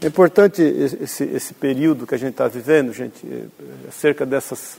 É importante esse período que a gente está vivendo, gente, acerca dessas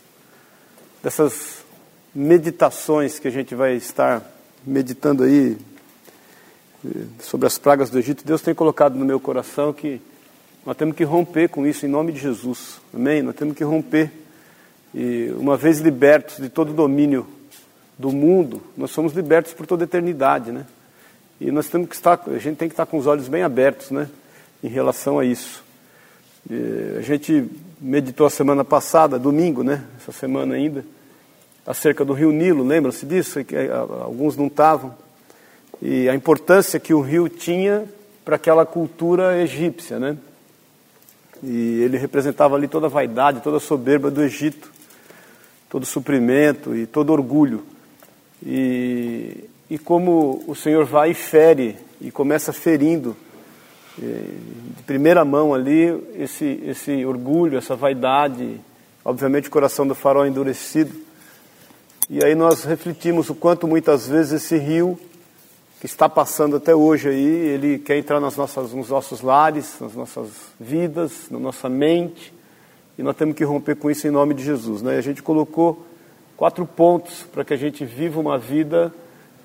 meditações que a gente vai estar meditando aí sobre as pragas do Egito. Deus tem colocado no meu coração que nós temos que romper com isso em nome de Jesus, amém? Nós temos que romper, e uma vez libertos de todo o domínio do mundo, nós somos libertos por toda a eternidade, né? E nós temos que a gente tem que estar com os olhos bem abertos, né, em relação a isso. E a gente meditou a semana passada, domingo, né, essa semana ainda, acerca do rio Nilo, lembram-se disso? Que alguns não estavam. E a importância que o rio tinha para aquela cultura egípcia, né? E ele representava ali toda a vaidade, toda a soberba do Egito, todo o suprimento e todo o orgulho. E como o Senhor vai e fere, e começa ferindo, de primeira mão ali, esse orgulho, essa vaidade, obviamente o coração do faraó endurecido. E aí nós refletimos o quanto muitas vezes esse rio, que está passando até hoje aí, ele quer entrar nos nossos lares, nas nossas vidas, na nossa mente, e nós temos que romper com isso em nome de Jesus, né? E a gente colocou 4 pontos para que a gente viva uma vida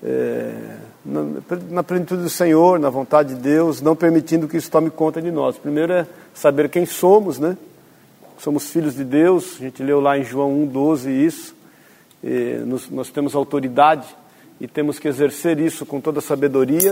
na plenitude do Senhor, na vontade de Deus, não permitindo que isso tome conta de nós. Primeiro é saber quem somos, né? Somos filhos de Deus, a gente leu lá em João 1,12 isso, nós temos autoridade, e temos que exercer isso com toda a sabedoria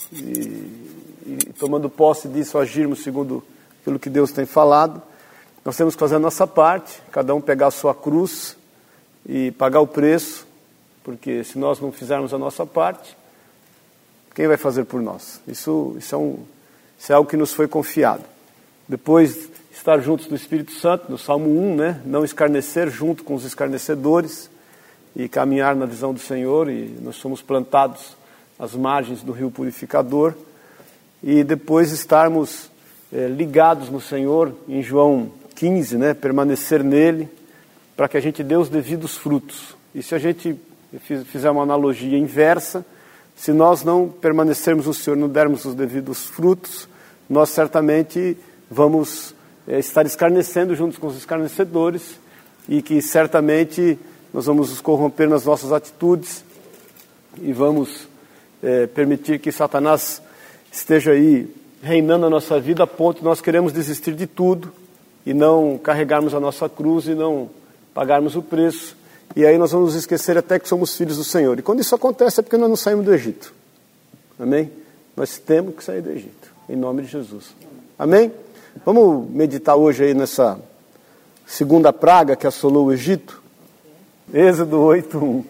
e tomando posse disso, agirmos segundo aquilo que Deus tem falado. Nós temos que fazer a nossa parte, cada um pegar a sua cruz e pagar o preço, porque se nós não fizermos a nossa parte, quem vai fazer por nós? Isso é algo que nos foi confiado. Depois, estar juntos do Espírito Santo, no Salmo 1, né? Não escarnecer junto com os escarnecedores, e caminhar na visão do Senhor, e nós somos plantados às margens do rio purificador, e depois estarmos ligados no Senhor, em João 15, né, permanecer nele, para que a gente dê os devidos frutos. E se a gente fizer uma analogia inversa, se nós não permanecermos no Senhor, não dermos os devidos frutos, nós certamente vamos estar escarnecendo juntos com os escarnecedores, e que certamente nós vamos nos corromper nas nossas atitudes e vamos permitir que Satanás esteja aí reinando a nossa vida a ponto de nós queremos desistir de tudo e não carregarmos a nossa cruz e não pagarmos o preço. E aí nós vamos esquecer até que somos filhos do Senhor. E quando isso acontece é porque nós não saímos do Egito. Amém? Nós temos que sair do Egito, em nome de Jesus. Amém? Vamos meditar hoje aí nessa segunda praga que assolou o Egito. Êxodo 8:1.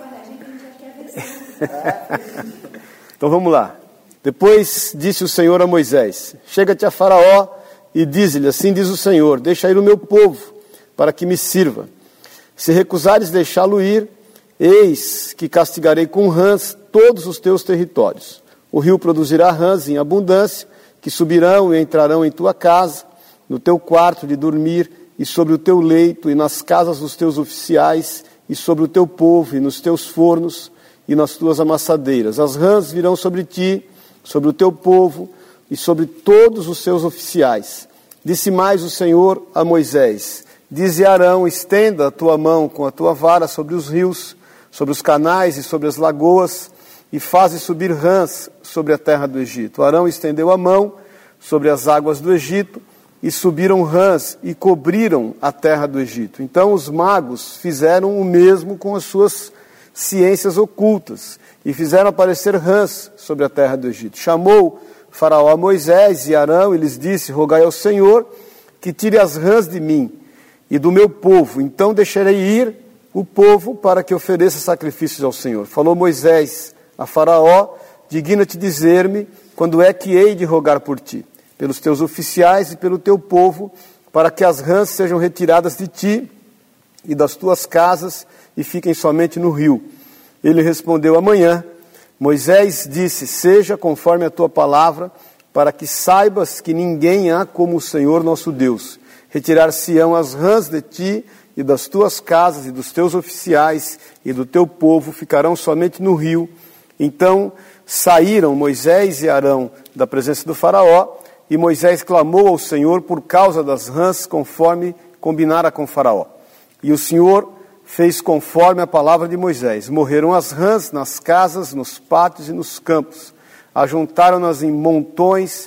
Então vamos lá. Depois disse o Senhor a Moisés: chega-te a Faraó e dize-lhe, assim diz o Senhor, deixa ir o meu povo, para que me sirva. Se recusares deixá-lo ir, eis que castigarei com rãs todos os teus territórios. O rio produzirá rãs em abundância, que subirão e entrarão em tua casa, no teu quarto de dormir, e sobre o teu leito, e nas casas dos teus oficiais, e sobre o teu povo, e nos teus fornos, e nas tuas amassadeiras. As rãs virão sobre ti, sobre o teu povo, e sobre todos os seus oficiais. Disse mais o Senhor a Moisés: dize a Arão, estenda a tua mão com a tua vara sobre os rios, sobre os canais e sobre as lagoas, e faze subir rãs sobre a terra do Egito. Arão estendeu a mão sobre as águas do Egito, e subiram rãs e cobriram a terra do Egito. Então os magos fizeram o mesmo com as suas ciências ocultas, e fizeram aparecer rãs sobre a terra do Egito. Chamou Faraó a Moisés e Arão e lhes disse: rogai ao Senhor que tire as rãs de mim e do meu povo, então deixarei ir o povo para que ofereça sacrifícios ao Senhor. Falou Moisés a Faraó: digna-te dizer-me quando é que hei de rogar por ti, pelos teus oficiais e pelo teu povo, para que as rãs sejam retiradas de ti e das tuas casas e fiquem somente no rio. Ele respondeu: amanhã. Moisés disse: seja conforme a tua palavra, para que saibas que ninguém há como o Senhor nosso Deus. Retirar-se-ão as rãs de ti e das tuas casas e dos teus oficiais e do teu povo, ficarão somente no rio. Então saíram Moisés e Arão da presença do Faraó, e Moisés clamou ao Senhor por causa das rãs, conforme combinara com Faraó. E o Senhor fez conforme a palavra de Moisés. Morreram as rãs nas casas, nos pátios e nos campos. Ajuntaram-nas em montões,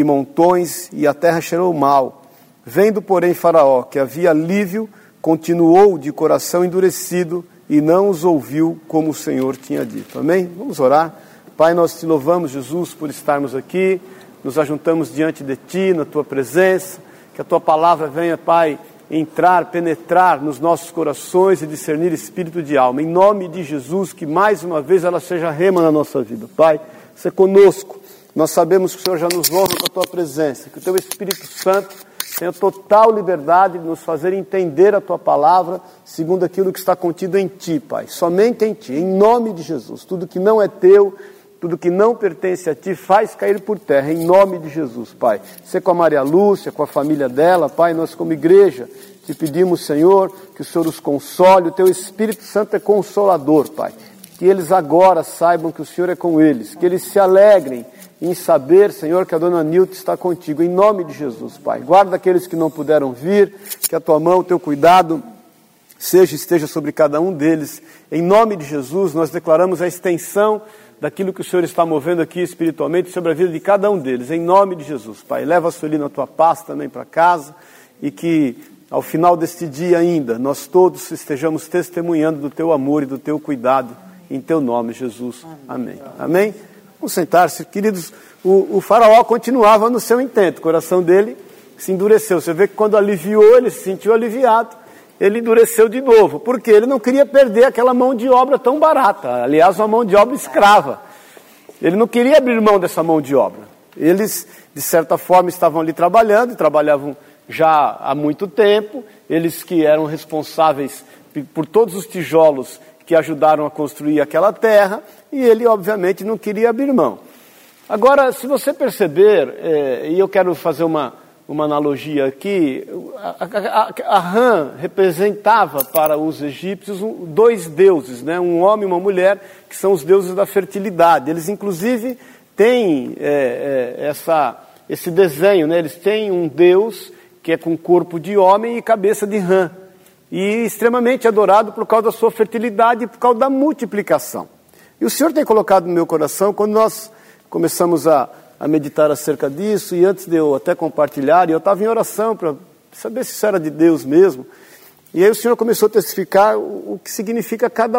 e a terra cheirou mal. Vendo, porém, Faraó que havia alívio, continuou de coração endurecido e não os ouviu como o Senhor tinha dito. Amém? Vamos orar. Pai, nós te louvamos, Jesus, por estarmos aqui. Nos ajuntamos diante de Ti, na Tua presença. Que a Tua palavra venha, Pai, entrar, penetrar nos nossos corações e discernir espírito de alma. Em nome de Jesus, que mais uma vez ela seja rema na nossa vida. Pai, seja conosco. Nós sabemos que o Senhor já nos honra com a Tua presença. Que o Teu Espírito Santo tenha total liberdade de nos fazer entender a Tua palavra segundo aquilo que está contido em Ti, Pai. Somente em Ti, em nome de Jesus. Tudo que não é Teu, tudo que não pertence a Ti, faz cair por terra, em nome de Jesus, Pai. Ser com a Maria Lúcia, com a família dela, Pai, nós como igreja te pedimos, Senhor, que o Senhor os console. O Teu Espírito Santo é consolador, Pai. Que eles agora saibam que o Senhor é com eles, que eles se alegrem em saber, Senhor, que a dona Nilton está contigo, em nome de Jesus, Pai. Guarda aqueles que não puderam vir, que a Tua mão, o Teu cuidado esteja sobre cada um deles. Em nome de Jesus, nós declaramos a extensão daquilo que o Senhor está movendo aqui espiritualmente sobre a vida de cada um deles, em nome de Jesus, Pai. Leva a Sueli na Tua paz também para casa e que ao final deste dia ainda, nós todos estejamos testemunhando do Teu amor e do Teu cuidado, em Teu nome, Jesus. Amém. Amém? Vamos sentar-se, queridos. O Faraó continuava no seu intento, o coração dele se endureceu. Você vê que quando aliviou, ele se sentiu aliviado, ele endureceu de novo. Por quê? Ele não queria perder aquela mão de obra tão barata, aliás, uma mão de obra escrava. Ele não queria abrir mão dessa mão de obra. Eles, de certa forma, estavam ali trabalhando, e trabalhavam já há muito tempo, eles que eram responsáveis por todos os tijolos que ajudaram a construir aquela terra, e ele, obviamente, não queria abrir mão. Agora, se você perceber, e eu quero fazer uma analogia aqui, a rã representava para os egípcios dois deuses, né? Um homem e uma mulher, que são os deuses da fertilidade. Eles, inclusive, têm esse desenho, né? Eles têm um deus que é com corpo de homem e cabeça de rã, e extremamente adorado por causa da sua fertilidade e por causa da multiplicação. E o Senhor tem colocado no meu coração, quando nós começamos a meditar acerca disso, e antes de eu até compartilhar, e eu estava em oração para saber se isso era de Deus mesmo, e aí o Senhor começou a testificar o que significa cada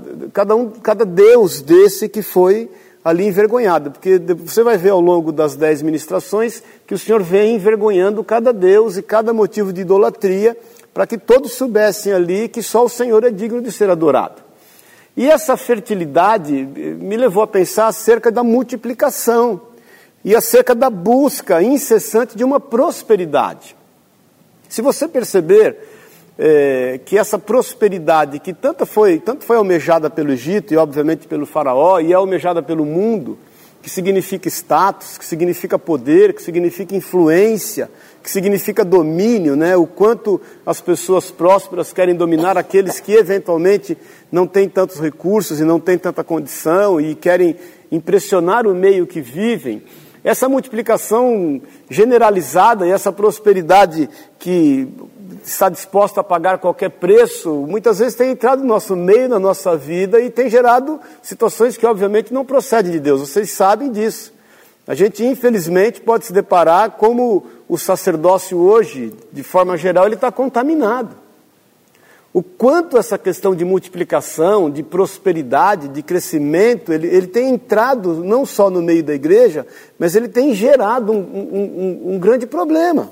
Deus desse que foi ali envergonhado, porque você vai ver ao longo das 10 ministrações que o Senhor vem envergonhando cada Deus e cada motivo de idolatria, para que todos soubessem ali que só o Senhor é digno de ser adorado. E essa fertilidade me levou a pensar acerca da multiplicação e acerca da busca incessante de uma prosperidade. Se você perceber que essa prosperidade que tanto foi almejada pelo Egito e obviamente pelo Faraó, e é almejada pelo mundo, que significa status, que significa poder, que significa influência, que significa domínio, né? O quanto as pessoas prósperas querem dominar aqueles que eventualmente não têm tantos recursos e não têm tanta condição e querem impressionar o meio que vivem. Essa multiplicação generalizada e essa prosperidade que está disposta a pagar qualquer preço, muitas vezes tem entrado no nosso meio, na nossa vida, e tem gerado situações que obviamente não procedem de Deus. Vocês sabem disso. A gente infelizmente pode se deparar como o sacerdócio hoje, de forma geral, ele está contaminado. O quanto essa questão de multiplicação, de prosperidade, de crescimento, ele tem entrado não só no meio da igreja, mas ele tem gerado um grande problema.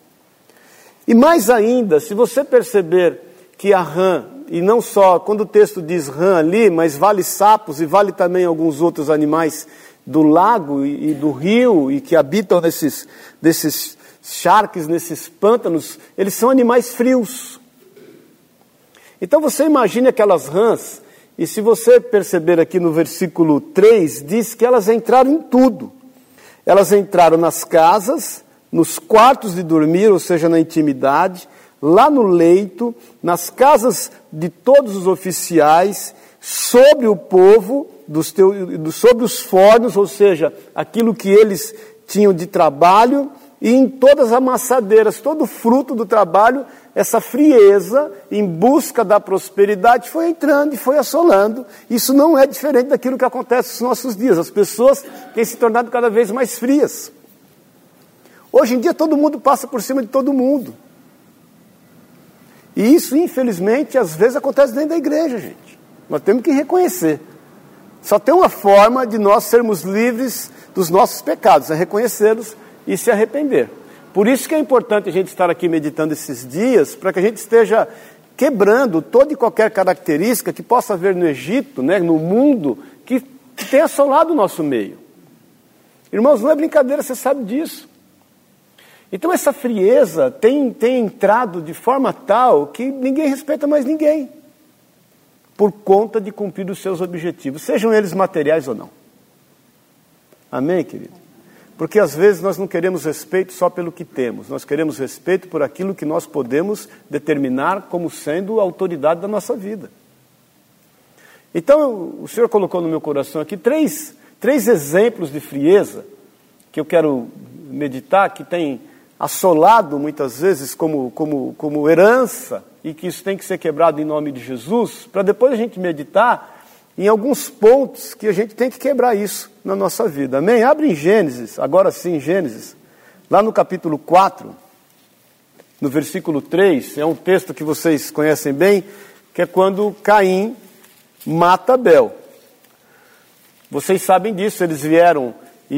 E mais ainda, se você perceber que a rã, e não só, quando o texto diz rã ali, mas vale sapos e vale também alguns outros animais do lago e do rio, e que habitam nesses charques, nesses pântanos, eles são animais frios. Então você imagine aquelas rãs, e se você perceber aqui no versículo 3, diz que elas entraram em tudo. Elas entraram nas casas, nos quartos de dormir, ou seja, na intimidade, lá no leito, nas casas de todos os oficiais, sobre o povo, sobre os fornos, ou seja, aquilo que eles tinham de trabalho, e em todas as amassadeiras, todo o fruto do trabalho, essa frieza em busca da prosperidade foi entrando e foi assolando. Isso não é diferente daquilo que acontece nos nossos dias. As pessoas têm se tornado cada vez mais frias. Hoje em dia todo mundo passa por cima de todo mundo. E isso, infelizmente, às vezes acontece dentro da igreja, gente. Nós temos que reconhecer. Só tem uma forma de nós sermos livres dos nossos pecados, é reconhecê-los e se arrepender. Por isso que é importante a gente estar aqui meditando esses dias, para que a gente esteja quebrando toda e qualquer característica que possa haver no Egito, né, no mundo, que tem assolado o nosso meio. Irmãos, não é brincadeira, você sabe disso. Então essa frieza tem entrado de forma tal que ninguém respeita mais ninguém, por conta de cumprir os seus objetivos, sejam eles materiais ou não. Amém, querido? Porque às vezes nós não queremos respeito só pelo que temos, nós queremos respeito por aquilo que nós podemos determinar como sendo a autoridade da nossa vida. Então, o Senhor colocou no meu coração aqui três exemplos de frieza que eu quero meditar, que tem assolado muitas vezes como herança, e que isso tem que ser quebrado em nome de Jesus, para depois a gente meditar em alguns pontos que a gente tem que quebrar isso na nossa vida. Amém? Abre em Gênesis, agora sim, Gênesis, lá no capítulo 4, no versículo 3, é um texto que vocês conhecem bem, que é quando Caim mata Abel. Vocês sabem disso, eles vieram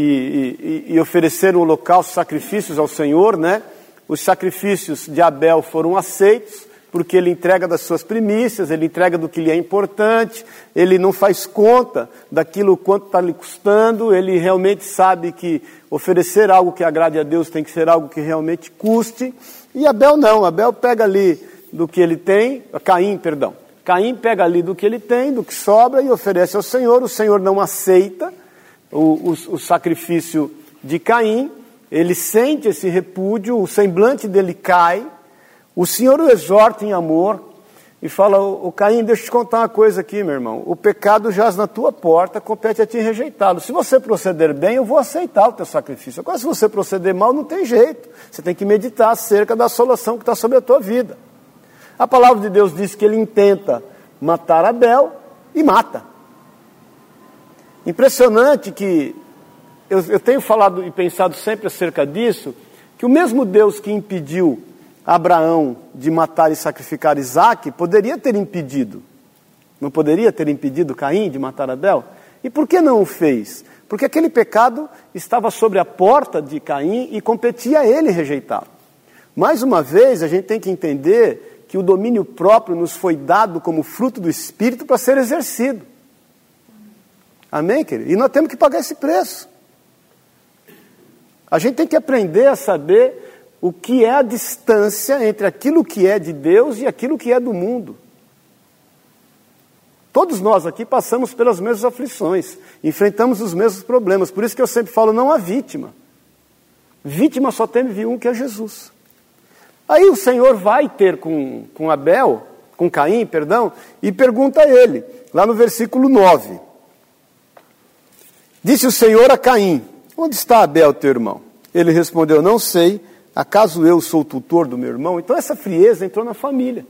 e ofereceram holocausto, sacrifícios ao Senhor, né? Os sacrifícios de Abel foram aceitos, porque ele entrega das suas primícias, ele entrega do que lhe é importante, ele não faz conta daquilo quanto está lhe custando, ele realmente sabe que oferecer algo que agrade a Deus tem que ser algo que realmente custe. E Abel não, Abel pega ali do que ele tem, Caim pega ali do que ele tem, do que sobra, e oferece ao Senhor. O Senhor não aceita o sacrifício de Caim, ele sente esse repúdio, o semblante dele cai. O Senhor o exorta em amor e fala: ô Caim, deixa eu te contar uma coisa aqui, meu irmão. O pecado jaz na tua porta, compete a ti rejeitá-lo. Se você proceder bem, eu vou aceitar o teu sacrifício. Agora, se você proceder mal, não tem jeito. Você tem que meditar acerca da assolação que está sobre a tua vida. A palavra de Deus diz que ele intenta matar Abel e mata. Impressionante que eu tenho falado e pensado sempre acerca disso, que o mesmo Deus que impediu Abraão de matar e sacrificar Isaque, poderia ter impedido. Não poderia ter impedido Caim de matar Abel? E por que não o fez? Porque aquele pecado estava sobre a porta de Caim e competia a ele rejeitá-lo. Mais uma vez, a gente tem que entender que o domínio próprio nos foi dado como fruto do Espírito para ser exercido. Amém, querido? E nós temos que pagar esse preço. A gente tem que aprender a saber o que é a distância entre aquilo que é de Deus e aquilo que é do mundo. Todos nós aqui passamos pelas mesmas aflições, enfrentamos os mesmos problemas. Por isso que eu sempre falo, não há vítima. Vítima só teve um, que é Jesus. Aí o Senhor vai ter com Caim, e pergunta a ele, lá no versículo 9. Disse o Senhor a Caim: onde está Abel, teu irmão? Ele respondeu: não sei. Acaso eu sou o tutor do meu irmão? Então essa frieza entrou na família.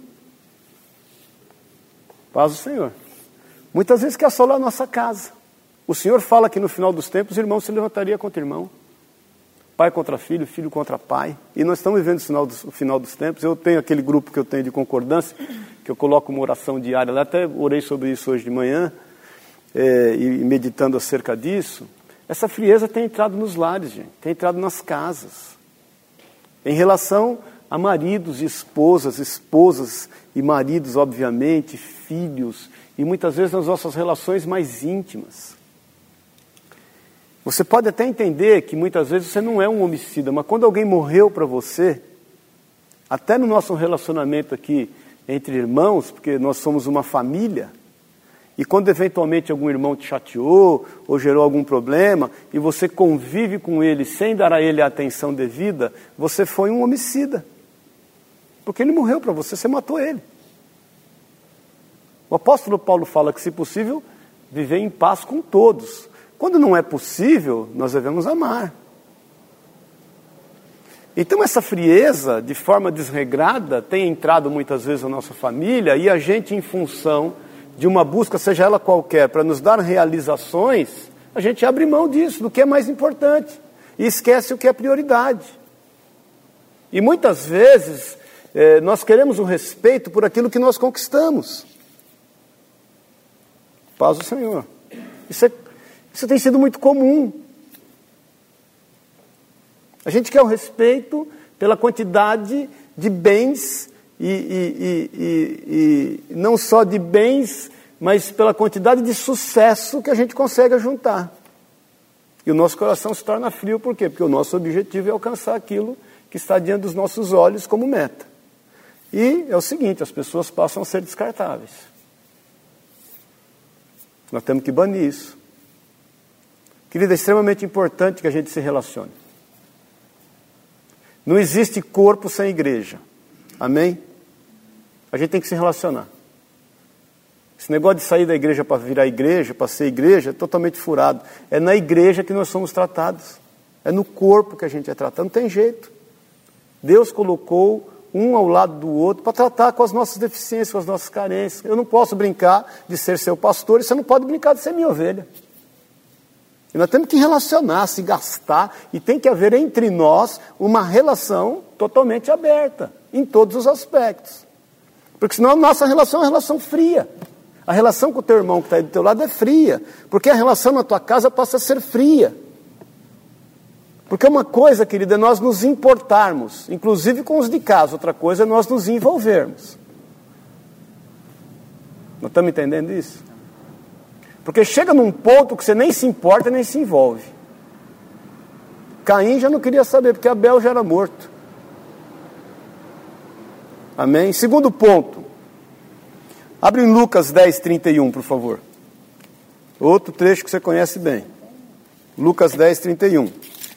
Paz do Senhor. Muitas vezes quer assolar a nossa casa. O Senhor fala que no final dos tempos, irmão se levantaria contra irmão. Pai contra filho, filho contra pai. E nós estamos vivendo o final dos tempos. Eu tenho aquele grupo que eu tenho de concordância, que eu coloco uma oração diária lá. Até orei sobre isso hoje de manhã, e meditando acerca disso. Essa frieza tem entrado nos lares, gente. Tem entrado nas casas. Em relação a maridos e esposas e maridos, obviamente, filhos, e muitas vezes nas nossas relações mais íntimas. Você pode até entender que muitas vezes você não é um homicida, mas quando alguém morreu para você, até no nosso relacionamento aqui entre irmãos, porque nós somos uma família, e quando eventualmente algum irmão te chateou ou gerou algum problema e você convive com ele sem dar a ele a atenção devida, você foi um homicida. Porque ele morreu para você, você matou ele. O apóstolo Paulo fala que, se possível, viver em paz com todos. Quando não é possível, nós devemos amar. Então essa frieza, de forma desregrada, tem entrado muitas vezes na nossa família, e a gente, em função de uma busca, seja ela qualquer, para nos dar realizações, a gente abre mão disso, do que é mais importante, e esquece o que é prioridade. E muitas vezes nós queremos o respeito por aquilo que nós conquistamos. Paz do Senhor. Isso tem sido muito comum. A gente quer o respeito pela quantidade de bens, e não só de bens, mas pela quantidade de sucesso que a gente consegue juntar. E o nosso coração se torna frio, por quê? Porque o nosso objetivo é alcançar aquilo que está diante dos nossos olhos como meta. E é o seguinte, as pessoas passam a ser descartáveis. Nós temos que banir isso. Querido, é extremamente importante que a gente se relacione. Não existe corpo sem igreja. Amém? A gente tem que se relacionar. Esse negócio de sair da igreja para virar igreja, para ser igreja, é totalmente furado. É na igreja que nós somos tratados. É no corpo que a gente é tratado. Não tem jeito. Deus colocou um ao lado do outro para tratar com as nossas deficiências, com as nossas carências. Eu não posso brincar de ser seu pastor, e você não pode brincar de ser minha ovelha. E nós temos que relacionar, se gastar, e tem que haver entre nós uma relação totalmente aberta, em todos os aspectos. Porque senão a nossa relação é uma relação fria. A relação com o teu irmão que está aí do teu lado é fria, porque a relação na tua casa passa a ser fria. Porque uma coisa, querida, é nós nos importarmos, inclusive com os de casa, outra coisa é nós nos envolvermos. Nós estamos entendendo isso? Porque chega num ponto que você nem se importa nem se envolve. Caim já não queria saber, porque Abel já era morto. Amém? Segundo ponto. Abre em Lucas 10, 31, por favor. Outro trecho que você conhece bem. Lucas 10, 31.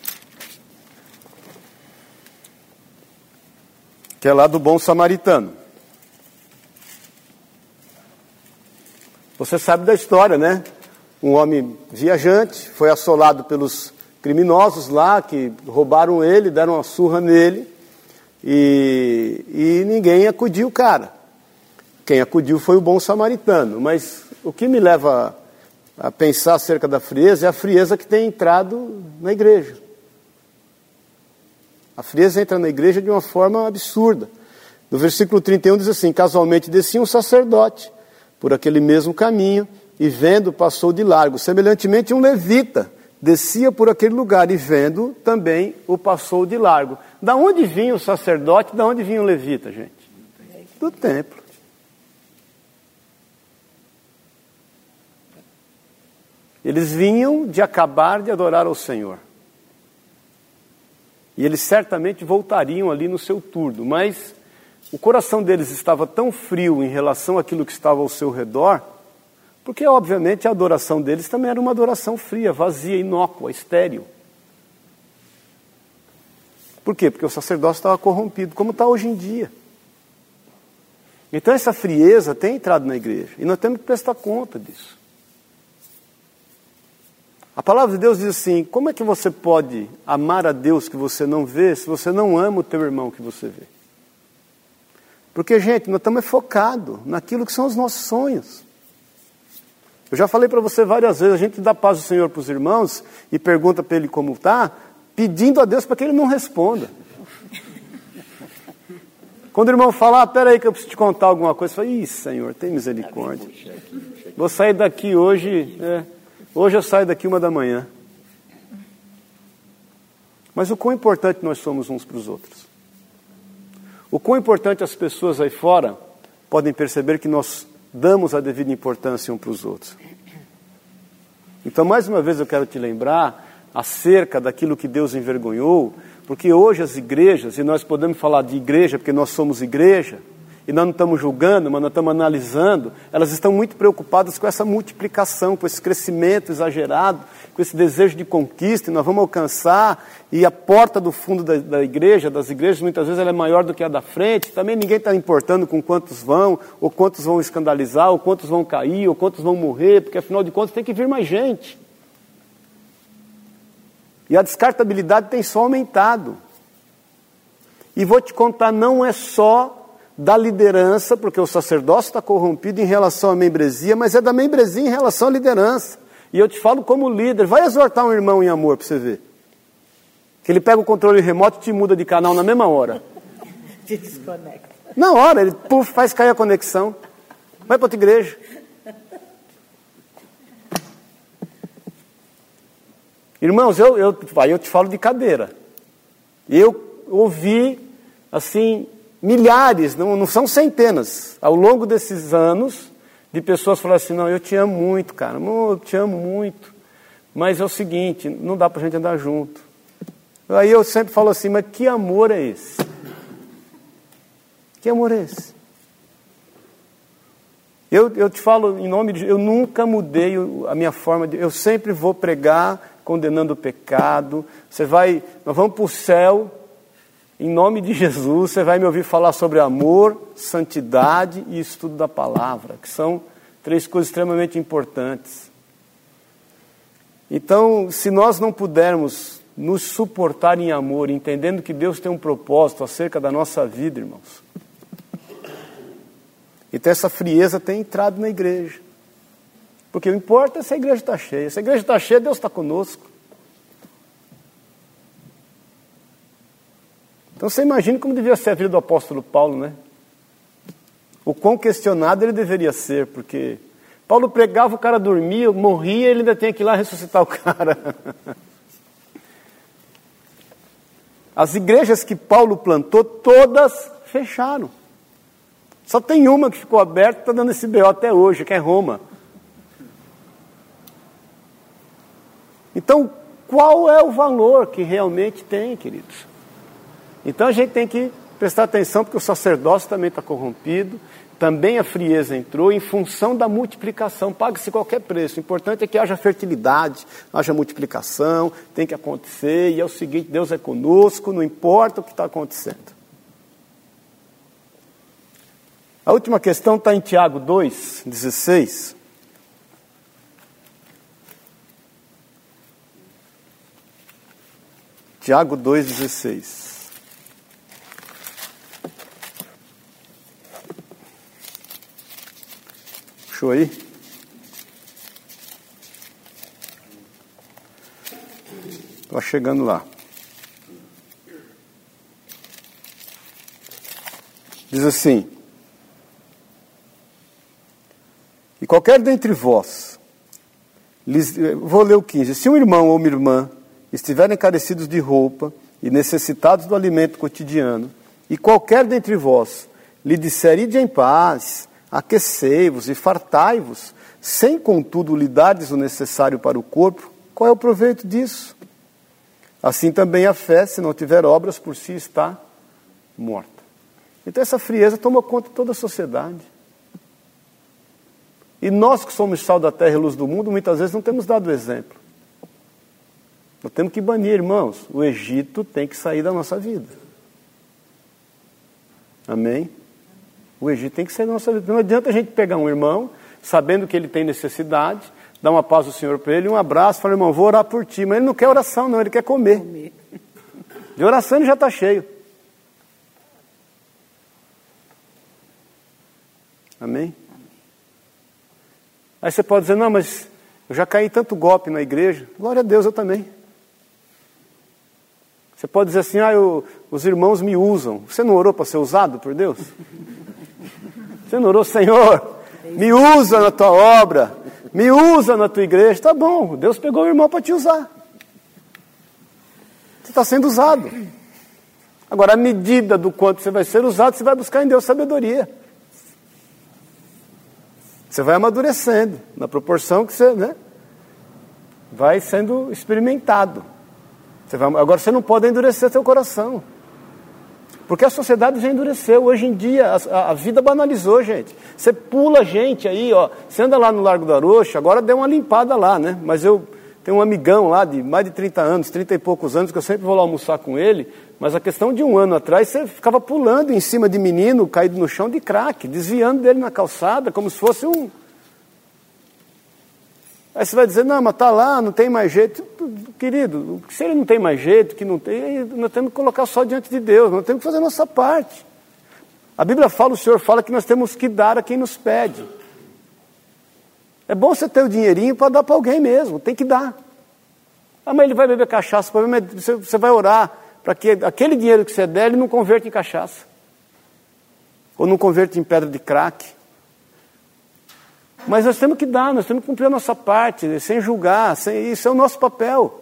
Que é lá do bom samaritano. Você sabe da história, né? Um homem viajante foi assolado pelos criminosos lá, que roubaram ele, deram uma surra nele, e ninguém acudiu o cara. Quem acudiu foi o bom samaritano. Mas o que me leva a pensar acerca da frieza é a frieza que tem entrado na igreja. A frieza entra na igreja de uma forma absurda. No versículo 31 diz assim: casualmente descia um sacerdote por aquele mesmo caminho, e vendo, passou de largo. Semelhantemente, um levita descia por aquele lugar, e vendo, também o passou de largo. Da onde vinha o sacerdote, da onde vinha o levita, gente? Do templo. Eles vinham de acabar de adorar ao Senhor. E eles certamente voltariam ali no seu turno, mas o coração deles estava tão frio em relação àquilo que estava ao seu redor, porque obviamente a adoração deles também era uma adoração fria, vazia, inócua, estéril. Por quê? Porque o sacerdócio estava corrompido, como está hoje em dia. Então essa frieza tem entrado na igreja, e nós temos que prestar conta disso. A palavra de Deus diz assim: como é que você pode amar a Deus que você não vê, se você não ama o teu irmão que você vê? Porque, gente, nós estamos focados naquilo que são os nossos sonhos. Eu já falei para você várias vezes, a gente dá paz do Senhor para os irmãos e pergunta para ele como está, pedindo a Deus para que ele não responda. Quando o irmão fala, espera aí que eu preciso te contar alguma coisa, você fala, Senhor, tem misericórdia. Vou sair daqui hoje, hoje eu saio daqui 1h. Mas o quão importante nós somos uns para os outros. O quão importante as pessoas aí fora podem perceber que nós damos a devida importância uns para os outros. Então, mais uma vez eu quero te lembrar acerca daquilo que Deus envergonhou, porque hoje as igrejas, e nós podemos falar de igreja porque nós somos igreja, e nós não estamos julgando, mas nós estamos analisando, elas estão muito preocupadas com essa multiplicação, com esse crescimento exagerado, com esse desejo de conquista, e nós vamos alcançar, e a porta do fundo da igreja, das igrejas, muitas vezes ela é maior do que a da frente, também ninguém está importando com quantos vão, ou quantos vão escandalizar, ou quantos vão cair, ou quantos vão morrer, porque afinal de contas tem que vir mais gente. E a descartabilidade tem só aumentado. E vou te contar, não é só da liderança, porque o sacerdócio está corrompido em relação à membresia, mas é da membresia em relação à liderança. E eu te falo como líder, vai exortar um irmão em amor para você ver. Que ele pega o controle remoto e te muda de canal na mesma hora. Te desconecta. Na hora, ele faz cair a conexão. Vai para outra igreja. Irmãos, eu te falo de cadeira. Eu ouvi, assim, milhares, não são centenas, ao longo desses anos, de pessoas falando assim, não, eu te amo muito, cara, eu te amo muito, mas é o seguinte, não dá pra gente andar junto. Aí eu sempre falo assim, mas que amor é esse? Que amor é esse? Eu te falo em nome de Deus, eu nunca mudei a minha forma eu sempre vou pregar condenando o pecado. Nós vamos para o céu, em nome de Jesus, você vai me ouvir falar sobre amor, santidade e estudo da palavra, que são 3 coisas extremamente importantes. Então, se nós não pudermos nos suportar em amor, entendendo que Deus tem um propósito acerca da nossa vida, irmãos, então essa frieza tem entrado na igreja. Porque o que importa é se a igreja está cheia. Se a igreja está cheia, Deus está conosco. Então você imagina como devia ser a vida do apóstolo Paulo, né? O quão questionado ele deveria ser, porque Paulo pregava, o cara dormia, morria, ele ainda tinha que ir lá ressuscitar o cara. As igrejas que Paulo plantou, todas fecharam. Só tem uma que ficou aberta, está dando esse BO até hoje, que é Roma. Então, qual é o valor que realmente tem, queridos? Então a gente tem que prestar atenção, porque o sacerdócio também está corrompido, também a frieza entrou em função da multiplicação, paga-se qualquer preço. O importante é que haja fertilidade, haja multiplicação, tem que acontecer, e é o seguinte, Deus é conosco, não importa o que está acontecendo. A última questão está em Tiago 2:16. Tiago 2:16. Puxou aí? Estou chegando lá. Diz assim: e qualquer dentre vós, vou ler o 15, se um irmão ou uma irmã estiverem carecidos de roupa e necessitados do alimento cotidiano, e qualquer dentre vós lhe disser, ide em paz, aquecei-vos e fartai-vos, sem contudo lhe dardes o necessário para o corpo, qual é o proveito disso? Assim também a fé, se não tiver obras, por si está morta. Então essa frieza toma conta de toda a sociedade. E nós que somos sal da terra e luz do mundo, muitas vezes não temos dado o exemplo. Nós temos que banir, irmãos. O Egito tem que sair da nossa vida. Amém? O Egito tem que sair da nossa vida. Não adianta a gente pegar um irmão, sabendo que ele tem necessidade, dar uma paz ao Senhor para ele, um abraço, falar, irmão, vou orar por ti. Mas ele não quer oração, não, ele quer comer. De oração ele já está cheio. Amém? Aí você pode dizer, não, mas eu já caí tanto golpe na igreja. Glória a Deus, eu também. Você pode dizer assim, os irmãos me usam. Você não orou para ser usado por Deus? Você não orou, Senhor, me usa na tua obra, me usa na tua igreja. Tá bom, Deus pegou o irmão para te usar. Você está sendo usado. Agora, a medida do quanto você vai ser usado, você vai buscar em Deus sabedoria. Você vai amadurecendo, na proporção que você, vai sendo experimentado. Agora você não pode endurecer seu coração. Porque a sociedade já endureceu. Hoje em dia, a vida banalizou, gente. Você pula gente aí, ó. Você anda lá no Largo do Arocho, agora deu uma limpada lá, né? Mas eu tenho um amigão lá de mais de 30 anos, 30 e poucos anos, que eu sempre vou lá almoçar com ele. Mas a questão de um ano atrás, você ficava pulando em cima de menino caído no chão de crack, desviando dele na calçada, como se fosse um... Aí você vai dizer, não, mas tá lá, não tem mais jeito. querido, se ele não tem mais jeito, que não tem, nós temos que colocar só diante de Deus, nós temos que fazer a nossa parte. A Bíblia fala, o Senhor fala que nós temos que dar a quem nos pede. É bom você ter o dinheirinho para dar para alguém mesmo, tem que dar. Ah, mas ele vai beber cachaça, você vai orar para que aquele dinheiro que você der, ele não converta em cachaça. Ou não converta em pedra de crack. Mas nós temos que dar, nós temos que cumprir a nossa parte, sem julgar, isso é o nosso papel.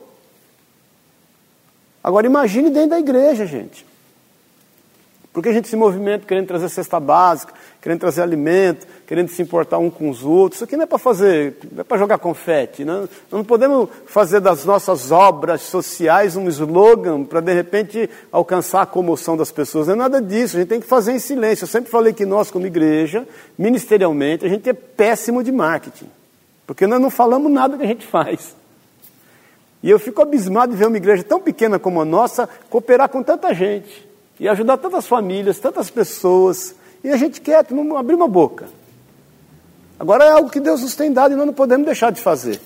Agora imagine dentro da igreja, gente. Porque a gente se movimenta querendo trazer cesta básica, querendo trazer alimento, querendo se importar um com os outros. Isso aqui não é para fazer, não é para jogar confete. Nós não podemos fazer das nossas obras sociais um slogan para de repente alcançar a comoção das pessoas. Não é nada disso, a gente tem que fazer em silêncio. Eu sempre falei que nós como igreja, ministerialmente, a gente é péssimo de marketing. Porque nós não falamos nada que a gente faz. E eu fico abismado de ver uma igreja tão pequena como a nossa cooperar com tanta gente. E ajudar tantas famílias, tantas pessoas, e a gente quieto, não abrir uma boca. Agora é algo que Deus nos tem dado e nós não podemos deixar de fazer.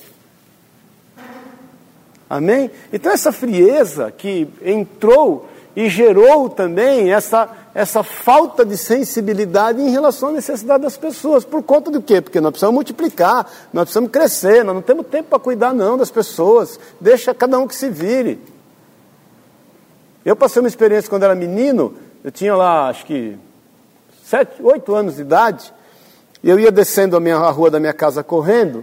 Amém? Então essa frieza que entrou e gerou também essa falta de sensibilidade em relação à necessidade das pessoas. Por conta do quê? Porque nós precisamos multiplicar, nós precisamos crescer, nós não temos tempo para cuidar não das pessoas. Deixa cada um que se vire. Eu passei uma experiência quando era menino, eu tinha lá, acho que 7, 8 anos de idade, e eu ia descendo a rua da minha casa correndo,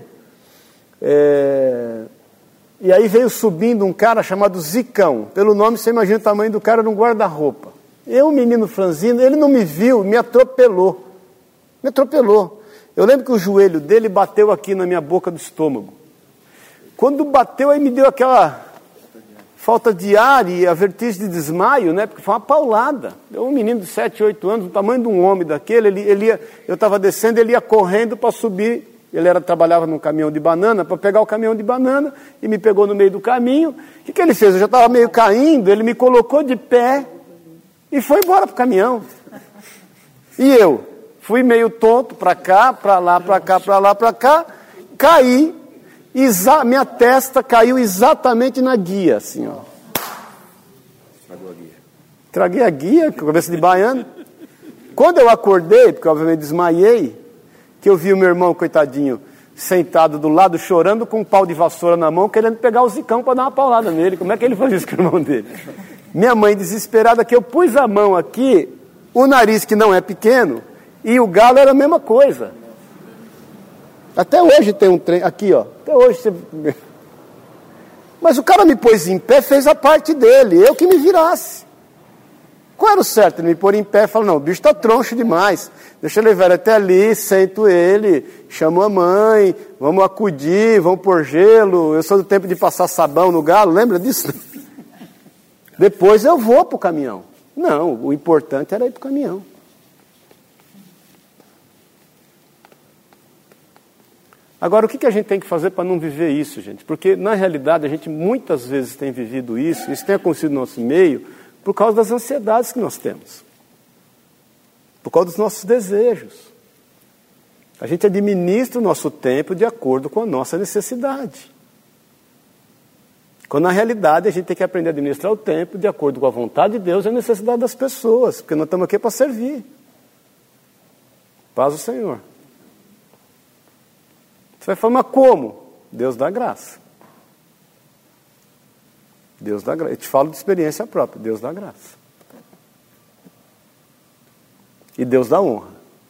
e aí veio subindo um cara chamado Zicão. Pelo nome você imagina o tamanho do cara, era um guarda-roupa. Eu, menino franzino, ele não me viu, me atropelou. Me atropelou. Eu lembro que o joelho dele bateu aqui na minha boca do estômago. Quando bateu, aí me deu aquela falta de ar e a vertigem de desmaio, né? Porque foi uma paulada. Um menino de 7, 8 anos, o tamanho de um homem daquele, eu estava descendo, ele ia correndo para subir. Ele trabalhava num caminhão de banana, para pegar o caminhão de banana, e me pegou no meio do caminho. O que ele fez? Eu já estava meio caindo, ele me colocou de pé e foi embora para o caminhão. E eu fui meio tonto, para cá, para lá, para cá, para lá, para cá, caí. Minha testa caiu exatamente na guia, assim, ó. Estragou a guia. Estraguei a guia, com a cabeça de baiano. Quando eu acordei, porque obviamente desmaiei, que eu vi o meu irmão, coitadinho, sentado do lado, chorando, com um pau de vassoura na mão, querendo pegar o Zicão para dar uma paulada nele. Como é que ele faz isso com o irmão dele? Minha mãe desesperada, que eu pus a mão aqui, o nariz que não é pequeno, e o galo era a mesma coisa. Até hoje tem um trem, aqui ó, até hoje você... Mas o cara me pôs em pé, fez a parte dele, eu que me virasse. Qual era o certo? Ele me pôr em pé e falar, não, o bicho está troncho demais, deixa eu levar ele até ali, sento ele, chamo a mãe, vamos acudir, vamos pôr gelo, eu sou do tempo de passar sabão no galo, lembra disso? Depois eu vou para o caminhão. Não, o importante era ir para o caminhão. Agora, o que a gente tem que fazer para não viver isso, gente? Porque, na realidade, a gente muitas vezes tem vivido isso tem acontecido no nosso meio, por causa das ansiedades que nós temos. Por causa dos nossos desejos. A gente administra o nosso tempo de acordo com a nossa necessidade. Quando, na realidade, a gente tem que aprender a administrar o tempo de acordo com a vontade de Deus e a necessidade das pessoas, porque nós estamos aqui para servir. Paz do Senhor. Você vai falar, mas como? Deus dá graça. Deus dá graça. Eu te falo de experiência própria. Deus dá graça. E Deus dá honra.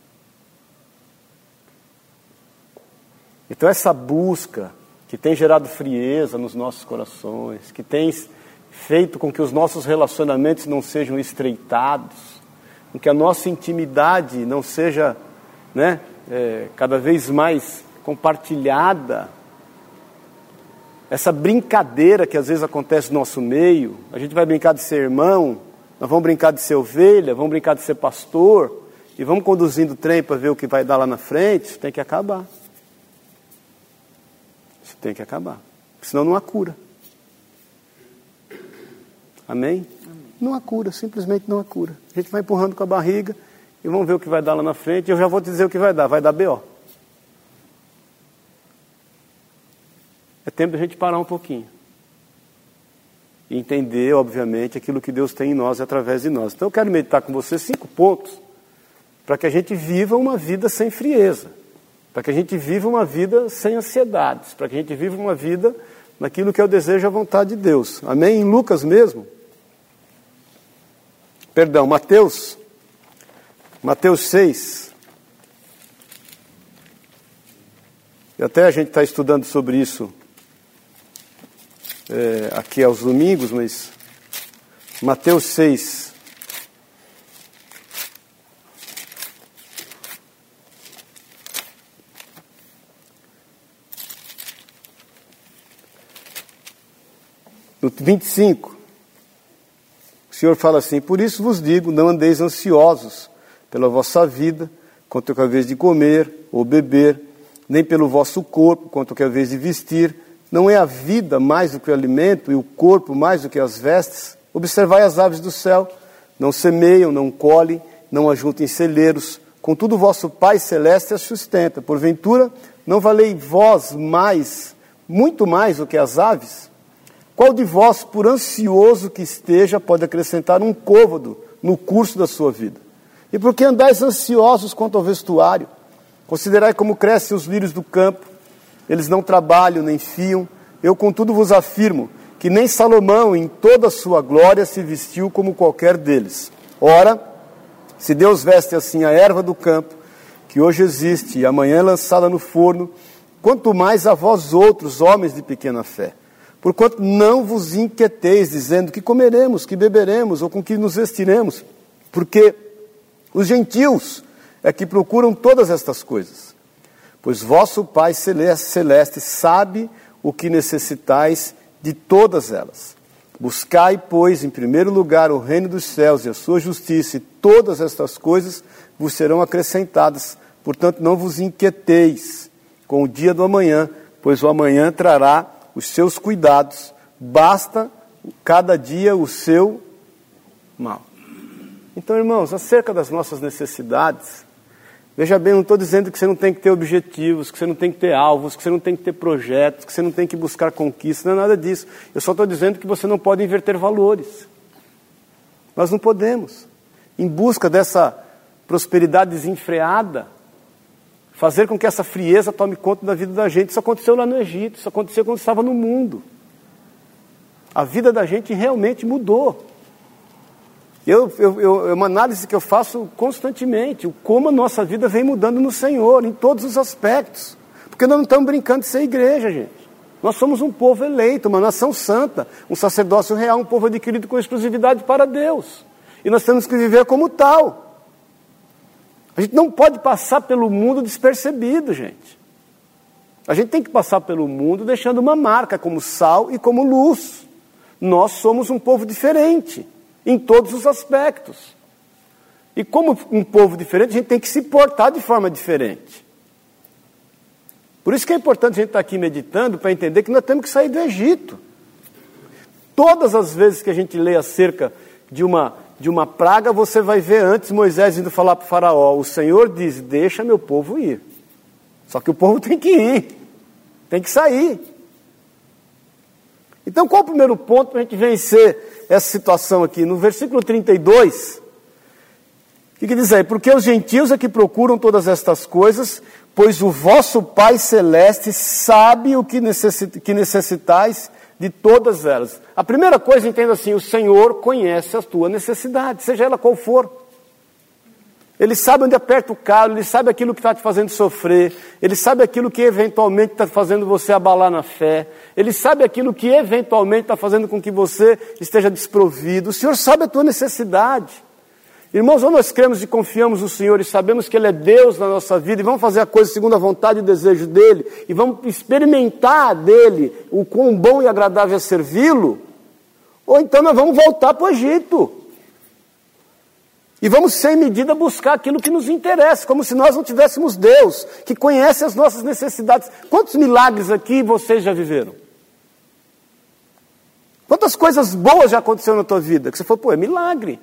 Então essa busca que tem gerado frieza nos nossos corações, que tem feito com que os nossos relacionamentos não sejam estreitados, com que a nossa intimidade não seja, cada vez mais compartilhada, essa brincadeira que às vezes acontece no nosso meio, a gente vai brincar de ser irmão, nós vamos brincar de ser ovelha, vamos brincar de ser pastor, e vamos conduzindo o trem para ver o que vai dar lá na frente, isso tem que acabar. Isso tem que acabar, senão não há cura. Amém? Não há cura, simplesmente não há cura. A gente vai empurrando com a barriga, e vamos ver o que vai dar lá na frente, e eu já vou te dizer o que vai dar BO. É tempo de a gente parar um pouquinho. e entender, obviamente, aquilo que Deus tem em nós e através de nós. Então eu quero meditar com você 5 pontos para que a gente viva uma vida sem frieza, para que a gente viva uma vida sem ansiedades, para que a gente viva uma vida naquilo que é o desejo e a vontade de Deus. Amém? Em Lucas mesmo, Mateus 6, e até a gente está estudando sobre isso aqui aos domingos, mas Mateus 6, no 25, o Senhor fala assim: por isso vos digo, não andeis ansiosos pela vossa vida, quanto ao que é a vez de comer ou beber, nem pelo vosso corpo, quanto ao que é a vez de vestir. Não é a vida mais do que o alimento, e o corpo mais do que as vestes? Observai as aves do céu, não semeiam, não colhem, não ajuntam em celeiros, contudo o vosso Pai Celeste as sustenta. Porventura, não valei vós muito mais do que as aves? Qual de vós, por ansioso que esteja, pode acrescentar um côvado no curso da sua vida? E por que andais ansiosos quanto ao vestuário? Considerai como crescem os lírios do campo, eles não trabalham nem fiam. Eu, contudo, vos afirmo que nem Salomão, em toda a sua glória, se vestiu como qualquer deles. Ora, se Deus veste assim a erva do campo, que hoje existe e amanhã é lançada no forno, quanto mais a vós outros, homens de pequena fé. Porquanto não vos inquieteis, dizendo que comeremos, que beberemos, ou com que nos vestiremos, porque os gentios é que procuram todas estas coisas. Pois vosso Pai Celeste sabe o que necessitais de todas elas. Buscai, pois, em primeiro lugar o reino dos céus e a sua justiça, e todas estas coisas vos serão acrescentadas. Portanto, não vos inquieteis com o dia do amanhã, pois o amanhã trará os seus cuidados. Basta cada dia o seu mal. Então, irmãos, acerca das nossas necessidades, veja bem, eu não estou dizendo que você não tem que ter objetivos, que você não tem que ter alvos, que você não tem que ter projetos, que você não tem que buscar conquistas, não é nada disso. Eu só estou dizendo que você não pode inverter valores. Nós não podemos. Em busca dessa prosperidade desenfreada, fazer com que essa frieza tome conta da vida da gente. Isso aconteceu lá no Egito, isso aconteceu quando estava no mundo. A vida da gente realmente mudou. É uma análise que eu faço constantemente, como a nossa vida vem mudando no Senhor, em todos os aspectos. Porque nós não estamos brincando de ser igreja, gente. Nós somos um povo eleito, uma nação santa, um sacerdócio real, um povo adquirido com exclusividade para Deus. E nós temos que viver como tal. A gente não pode passar pelo mundo despercebido, gente. A gente tem que passar pelo mundo deixando uma marca como sal e como luz. Nós somos um povo diferente em todos os aspectos. E como um povo diferente, a gente tem que se portar de forma diferente. Por isso que é importante a gente estar aqui meditando para entender que nós temos que sair do Egito. Todas as vezes que a gente lê acerca de uma praga, você vai ver antes Moisés indo falar para o faraó, o Senhor diz, deixa meu povo ir. Só que o povo tem que ir, tem que sair. Então qual o primeiro ponto para a gente vencer essa situação aqui? No versículo 32, o que diz aí? Porque os gentios é que procuram todas estas coisas, pois o vosso Pai Celeste sabe o que necessitais de todas elas. A primeira coisa, entenda assim, o Senhor conhece a tua necessidade, seja ela qual for. Ele sabe onde aperta o calo, Ele sabe aquilo que está te fazendo sofrer, Ele sabe aquilo que eventualmente está fazendo você abalar na fé, Ele sabe aquilo que eventualmente está fazendo com que você esteja desprovido. O Senhor sabe a tua necessidade. Irmãos, ou nós cremos e confiamos no Senhor e sabemos que Ele é Deus na nossa vida e vamos fazer a coisa segundo a vontade e o desejo dEle e vamos experimentar dEle o quão bom e agradável é servi-lo, ou então nós vamos voltar para o Egito. E vamos, sem medida, buscar aquilo que nos interessa, como se nós não tivéssemos Deus, que conhece as nossas necessidades. Quantos milagres aqui vocês já viveram? Quantas coisas boas já aconteceram na tua vida? Que você falou, é milagre.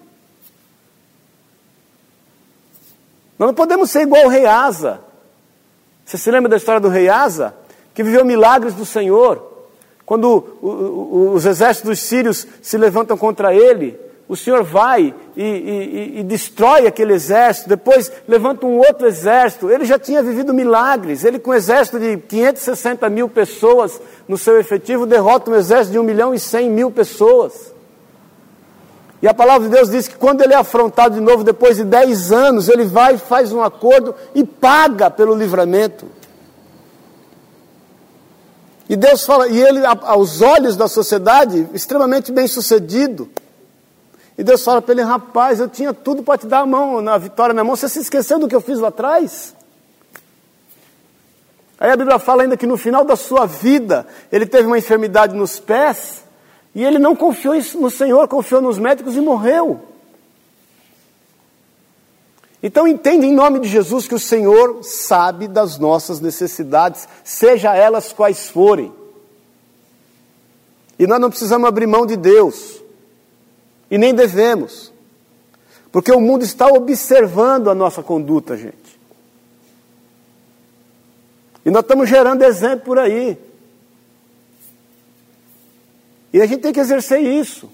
Nós não podemos ser igual ao rei Asa. Você se lembra da história do rei Asa? Que viveu milagres do Senhor. Quando os exércitos dos sírios se levantam contra ele, o Senhor vai e destrói aquele exército, depois levanta um outro exército. Ele já tinha vivido milagres. Ele, com um exército de 560 mil pessoas no seu efetivo, derrota um exército de 1.100.000 pessoas. E a palavra de Deus diz que quando ele é afrontado de novo, depois de 10 anos, ele vai e faz um acordo e paga pelo livramento. E Deus fala, e ele, aos olhos da sociedade, extremamente bem sucedido. E Deus fala para ele: rapaz, eu tinha tudo para te dar a vitória na mão, você se esqueceu do que eu fiz lá atrás? Aí a Bíblia fala ainda que no final da sua vida, ele teve uma enfermidade nos pés, e ele não confiou no Senhor, confiou nos médicos e morreu. Então entenda em nome de Jesus que o Senhor sabe das nossas necessidades, seja elas quais forem. E nós não precisamos abrir mão de Deus. E nem devemos. Porque o mundo está observando a nossa conduta, gente. E nós estamos gerando exemplo por aí. E a gente tem que exercer isso.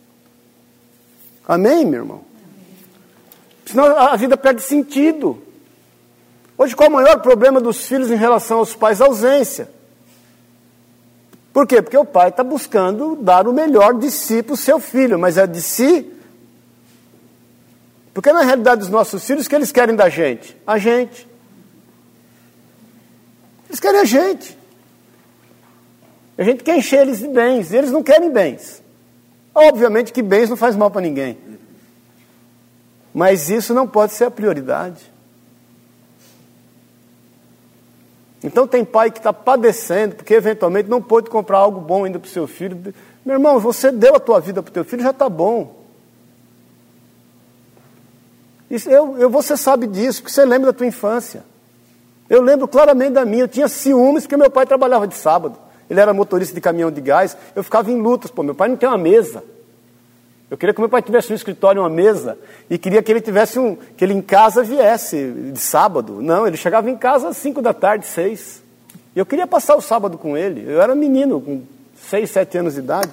Amém, meu irmão? Senão a vida perde sentido. Hoje, qual é o maior problema dos filhos em relação aos pais? A ausência. Por quê? Porque o pai está buscando dar o melhor de si para o seu filho, mas é de si. Porque na realidade dos nossos filhos, o que eles querem da gente? A gente. Eles querem a gente. A gente quer encher eles de bens, e eles não querem bens. Obviamente que bens não faz mal para ninguém. Mas isso não pode ser a prioridade. Então tem pai que está padecendo, porque eventualmente não pôde comprar algo bom ainda para o seu filho. Meu irmão, você deu a tua vida para o teu filho, já está bom. Você sabe disso, porque você lembra da tua infância. Eu lembro claramente da minha. Eu tinha ciúmes porque meu pai trabalhava de sábado. Ele era motorista de caminhão de gás. Eu ficava em lutas. Pô, meu pai não tem uma mesa. Eu queria que meu pai tivesse um escritório, uma mesa, e queria que ele tivesse que ele em casa viesse de sábado. Não, ele chegava em casa às 5 da tarde, 6. E eu queria passar o sábado com ele. Eu era menino, com 6, 7 anos de idade.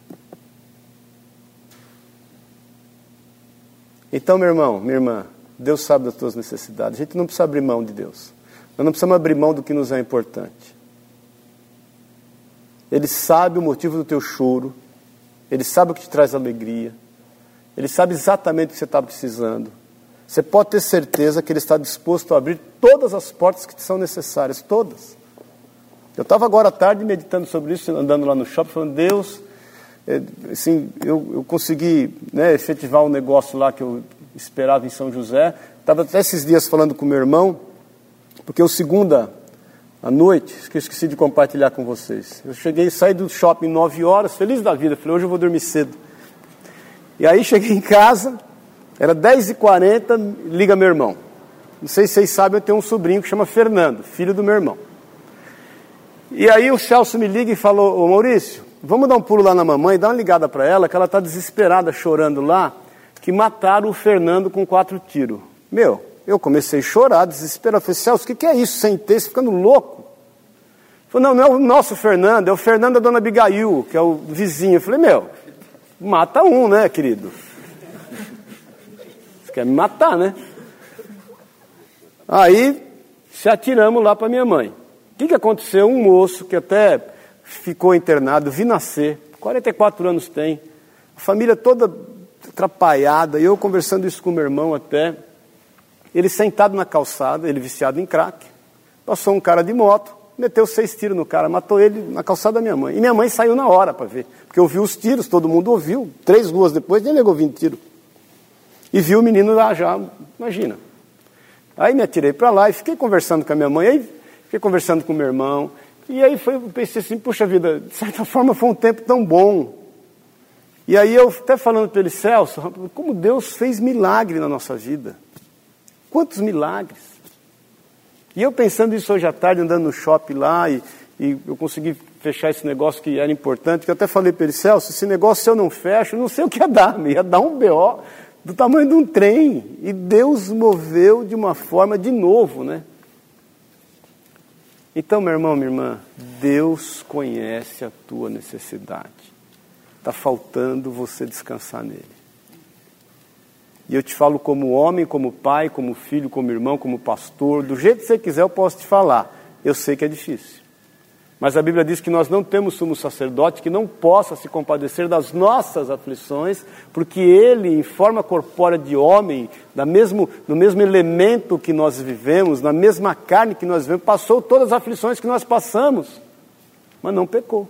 Então, meu irmão, minha irmã, Deus sabe das tuas necessidades. A gente não precisa abrir mão de Deus. Nós não precisamos abrir mão do que nos é importante. Ele sabe o motivo do teu choro. Ele sabe o que te traz alegria. Ele sabe exatamente o que você está precisando. Você pode ter certeza que Ele está disposto a abrir todas as portas que te são necessárias, todas. Eu estava agora à tarde meditando sobre isso, andando lá no shopping, falando: Deus, assim, eu consegui, né, efetivar um negócio lá que eu esperava em São José. Estava até esses dias falando com meu irmão, porque o segunda à noite, que eu esqueci de compartilhar com vocês. Eu saí do shopping 9 horas, feliz da vida. Falei: hoje eu vou dormir cedo. E aí cheguei em casa, era 10h40, liga meu irmão. Não sei se vocês sabem, eu tenho um sobrinho que chama Fernando, filho do meu irmão. E aí o Celso me liga e falou: ô Maurício, vamos dar um pulo lá na mamãe, dá uma ligada para ela, que ela está desesperada, chorando lá, que mataram o Fernando com 4 tiros. Meu, eu comecei a chorar, desesperado. Eu falei: Celso, o que é isso? Sem ter, você ficando louco? Ele falou: não é o nosso Fernando, é o Fernando da dona Abigail, que é o vizinho. Eu falei: meu, mata um, né, querido? Você quer me matar, né? Aí, se atiramos lá para minha mãe. O que aconteceu? Um moço que até ficou internado, vi nascer, 44 anos tem, a família toda atrapalhada, e eu conversando isso com meu irmão até, ele sentado na calçada, ele viciado em crack, passou um cara de moto, meteu 6 tiros no cara, matou ele na calçada da minha mãe. E minha mãe saiu na hora para ver, porque ouviu os tiros, todo mundo ouviu, 3 ruas depois, nem negou 20 tiros. E viu o menino lá já, imagina. Aí me atirei para lá e fiquei conversando com a minha mãe, aí fiquei conversando com o meu irmão, e aí eu pensei assim: puxa vida, de certa forma foi um tempo tão bom. E aí eu até falando para ele: Celso, como Deus fez milagre na nossa vida. Quantos milagres. E eu pensando isso hoje à tarde, andando no shopping lá, e eu consegui fechar esse negócio que era importante, que eu até falei para ele: Celso, esse negócio se eu não fecho, eu não sei o que ia dar um BO do tamanho de um trem. E Deus moveu de uma forma de novo, né? Então, meu irmão, minha irmã, Deus conhece a tua necessidade. Está faltando você descansar nele. E eu te falo como homem, como pai, como filho, como irmão, como pastor, do jeito que você quiser eu posso te falar. Eu sei que é difícil. Mas a Bíblia diz que nós não temos sumo sacerdote que não possa se compadecer das nossas aflições, porque ele, em forma corpórea de homem, no mesmo elemento que nós vivemos, na mesma carne que nós vivemos, passou todas as aflições que nós passamos, mas não pecou.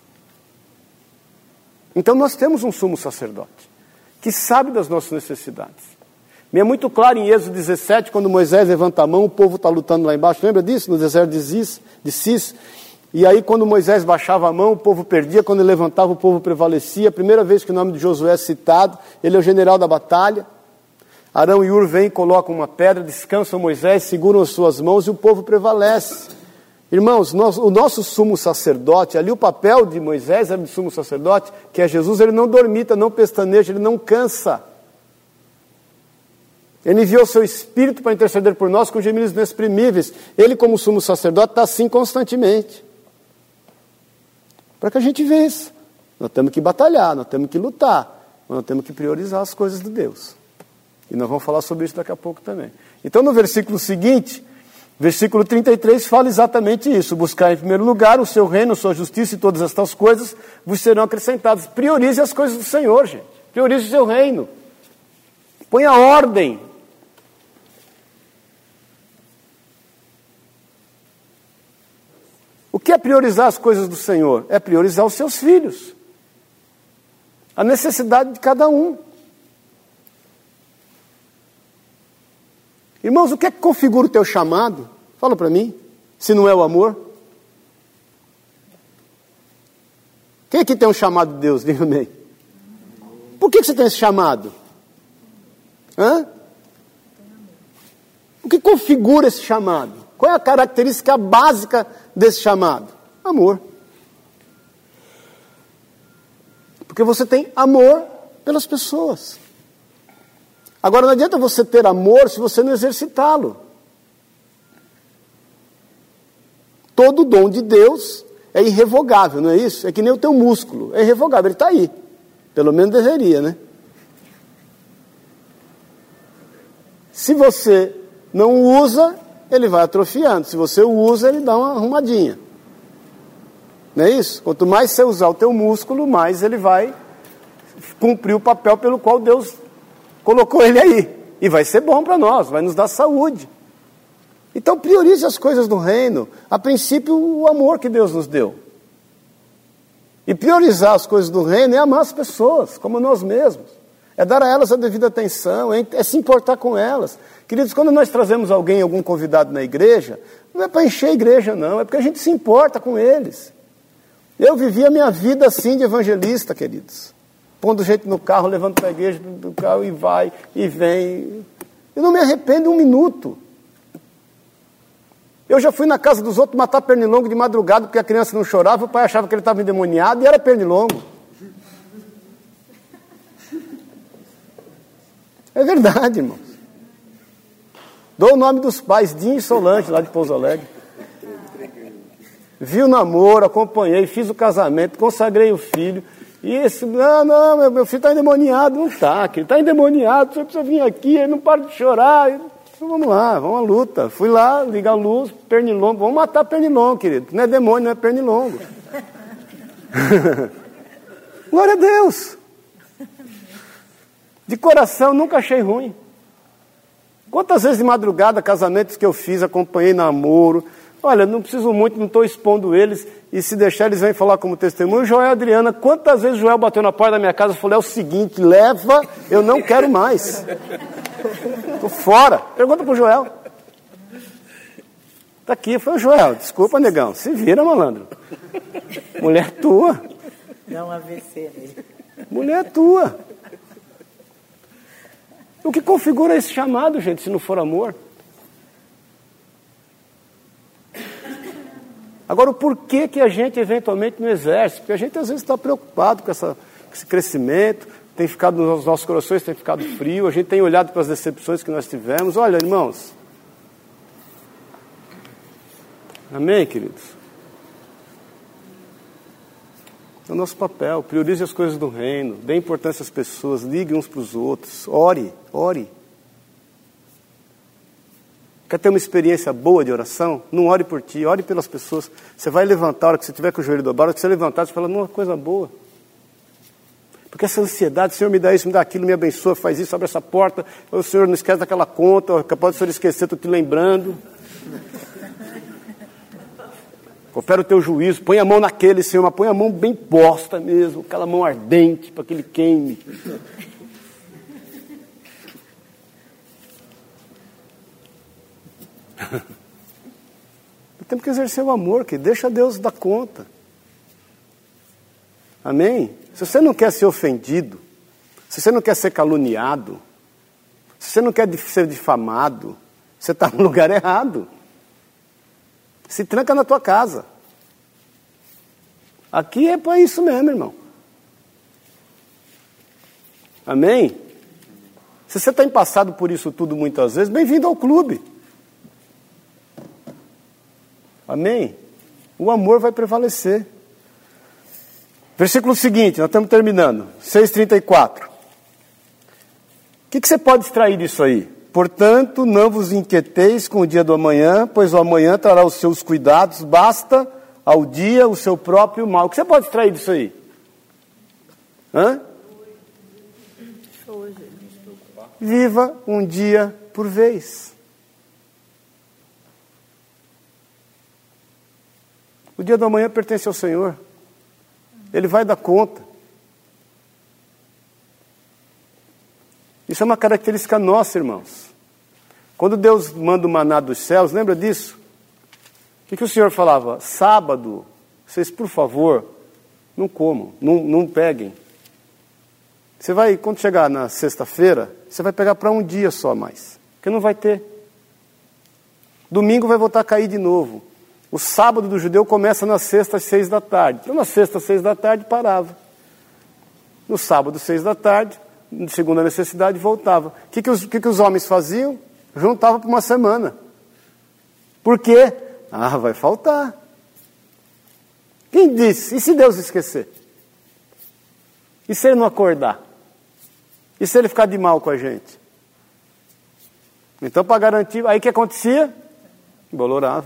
Então nós temos um sumo sacerdote, que sabe das nossas necessidades. E é muito claro em Êxodo 17, quando Moisés levanta a mão, o povo está lutando lá embaixo, lembra disso? No deserto de Cis. E aí quando Moisés baixava a mão, o povo perdia, quando ele levantava, o povo prevalecia. A primeira vez que o nome de Josué é citado, ele é o general da batalha. Arão e Hur vêm, colocam uma pedra, descansam Moisés, seguram as suas mãos e o povo prevalece. Irmãos, o nosso sumo sacerdote, ali o papel de Moisés era de sumo sacerdote, que é Jesus, ele não dormita, não pestaneja, ele não cansa. Ele enviou o seu Espírito para interceder por nós com gemidos inexprimíveis. Ele, como sumo sacerdote, está assim constantemente. Para que a gente vença. Nós temos que batalhar, nós temos que lutar, mas nós temos que priorizar as coisas de Deus. E nós vamos falar sobre isso daqui a pouco também. Então, no versículo seguinte, versículo 33, fala exatamente isso. Buscar em primeiro lugar o seu reino, a sua justiça e todas estas coisas vos serão acrescentadas. Priorize as coisas do Senhor, gente. Priorize o seu reino. Ponha ordem. O que é priorizar as coisas do Senhor? É priorizar os seus filhos. A necessidade de cada um. Irmãos, o que é que configura o teu chamado? Fala para mim. Se não é o amor. Quem aqui tem um chamado de Deus? Diga amém. Por que você tem esse chamado? Hã? O que configura esse chamado? Qual é a característica básica desse chamado? Amor. Porque você tem amor pelas pessoas. Agora não adianta você ter amor se você não exercitá-lo. Todo dom de Deus é irrevogável, não é isso? É que nem o teu músculo, é irrevogável, ele está aí. Pelo menos deveria, né? Se você não usa, ele vai atrofiando. Se você o usa, ele dá uma arrumadinha. Não é isso? Quanto mais você usar o teu músculo, mais ele vai cumprir o papel pelo qual Deus colocou ele aí. E vai ser bom para nós, vai nos dar saúde. Então priorize as coisas do reino. A princípio, o amor que Deus nos deu. E priorizar as coisas do reino é amar as pessoas, como nós mesmos. É dar a elas a devida atenção, é se importar com elas. Queridos, quando nós trazemos algum convidado na igreja, não é para encher a igreja, não. É porque a gente se importa com eles. Eu vivi a minha vida assim de evangelista, queridos. Pondo gente no carro, levando para a igreja do carro e vai e vem. Eu não me arrependo um minuto. Eu já fui na casa dos outros matar pernilongo de madrugada porque a criança não chorava, o pai achava que ele estava endemoniado e era pernilongo. É verdade, irmãos. Dou o nome dos pais, Dinho e Solange, lá de Pouso Alegre. Vi o namoro, acompanhei, fiz o casamento, consagrei o filho. E esse, não, meu filho está endemoniado. Não está, ele está endemoniado, você precisa vir aqui, ele não para de chorar. Então, vamos lá, vamos à luta. Fui lá, ligar a luz, pernilongo. Vamos matar pernilongo, querido. Não é demônio, não é pernilongo. Glória a Deus. De coração, nunca achei ruim. Quantas vezes de madrugada, casamentos que eu fiz, acompanhei namoro. Olha, não preciso muito, não estou expondo eles. E se deixar, eles vêm falar como testemunho. Joel e Adriana, quantas vezes Joel bateu na porta da minha casa e falou, é o seguinte, leva, eu não quero mais. Estou fora. Pergunta para o Joel. Está aqui, foi o Joel. Desculpa, negão. Se vira, malandro. Mulher tua. Dá um AVC nele. Mulher tua. O que configura esse chamado, gente, se não for amor? Agora, o porquê que a gente eventualmente não exerce? Porque a gente às vezes está preocupado com esse crescimento, tem ficado nos nossos corações, tem ficado frio, a gente tem olhado para as decepções que nós tivemos. Olha, irmãos, Amém, queridos? É o nosso papel. Priorize as coisas do reino. Dê importância às pessoas. Ligue uns para os outros. Ore, ore. Quer ter uma experiência boa de oração? Não ore por ti, ore pelas pessoas. Você vai levantar, a hora que você estiver com o joelho dobrado, a hora que você levantar, você fala, não, uma coisa boa. Porque essa ansiedade, Senhor, me dá isso, me dá aquilo, me abençoa, faz isso, abre essa porta. O Senhor, não esquece daquela conta, capaz do Senhor esquecer, estou te lembrando. Opera o teu juízo, põe a mão naquele, Senhor, mas põe a mão bem posta mesmo, aquela mão ardente, para que ele queime. Temos que exercer o amor, que deixa Deus dar conta. Amém? Se você não quer ser ofendido, se você não quer ser caluniado, se você não quer ser difamado, você está no lugar errado. Se tranca na tua casa. Aqui é para isso mesmo, irmão. Amém? Se você tem passado por isso tudo muitas vezes, bem-vindo ao clube. Amém? O amor vai prevalecer. Versículo seguinte, nós estamos terminando. 6,34. O que você pode extrair disso aí? Portanto, não vos inquieteis com o dia do amanhã, pois o amanhã trará os seus cuidados, basta ao dia o seu próprio mal. O que você pode extrair disso aí? Viva um dia por vez. O dia do amanhã pertence ao Senhor. Ele vai dar conta. Isso é uma característica nossa, irmãos. Quando Deus manda o maná dos céus, lembra disso? O que o Senhor falava? Sábado, vocês, por favor, não comam, não peguem. Você vai, quando chegar na sexta-feira, você vai pegar para um dia só mais, porque não vai ter. Domingo vai voltar a cair de novo. O sábado do judeu começa na sexta às 6 da tarde. Então, na sexta às 6 da tarde, parava. No sábado, 6 da tarde, segundo a necessidade, voltava. O que os homens faziam? Juntavam para uma semana. Por quê? Ah, vai faltar. Quem disse? E se Deus esquecer? E se ele não acordar? E se ele ficar de mal com a gente? Então, para garantir, aí o que acontecia? Embolorava.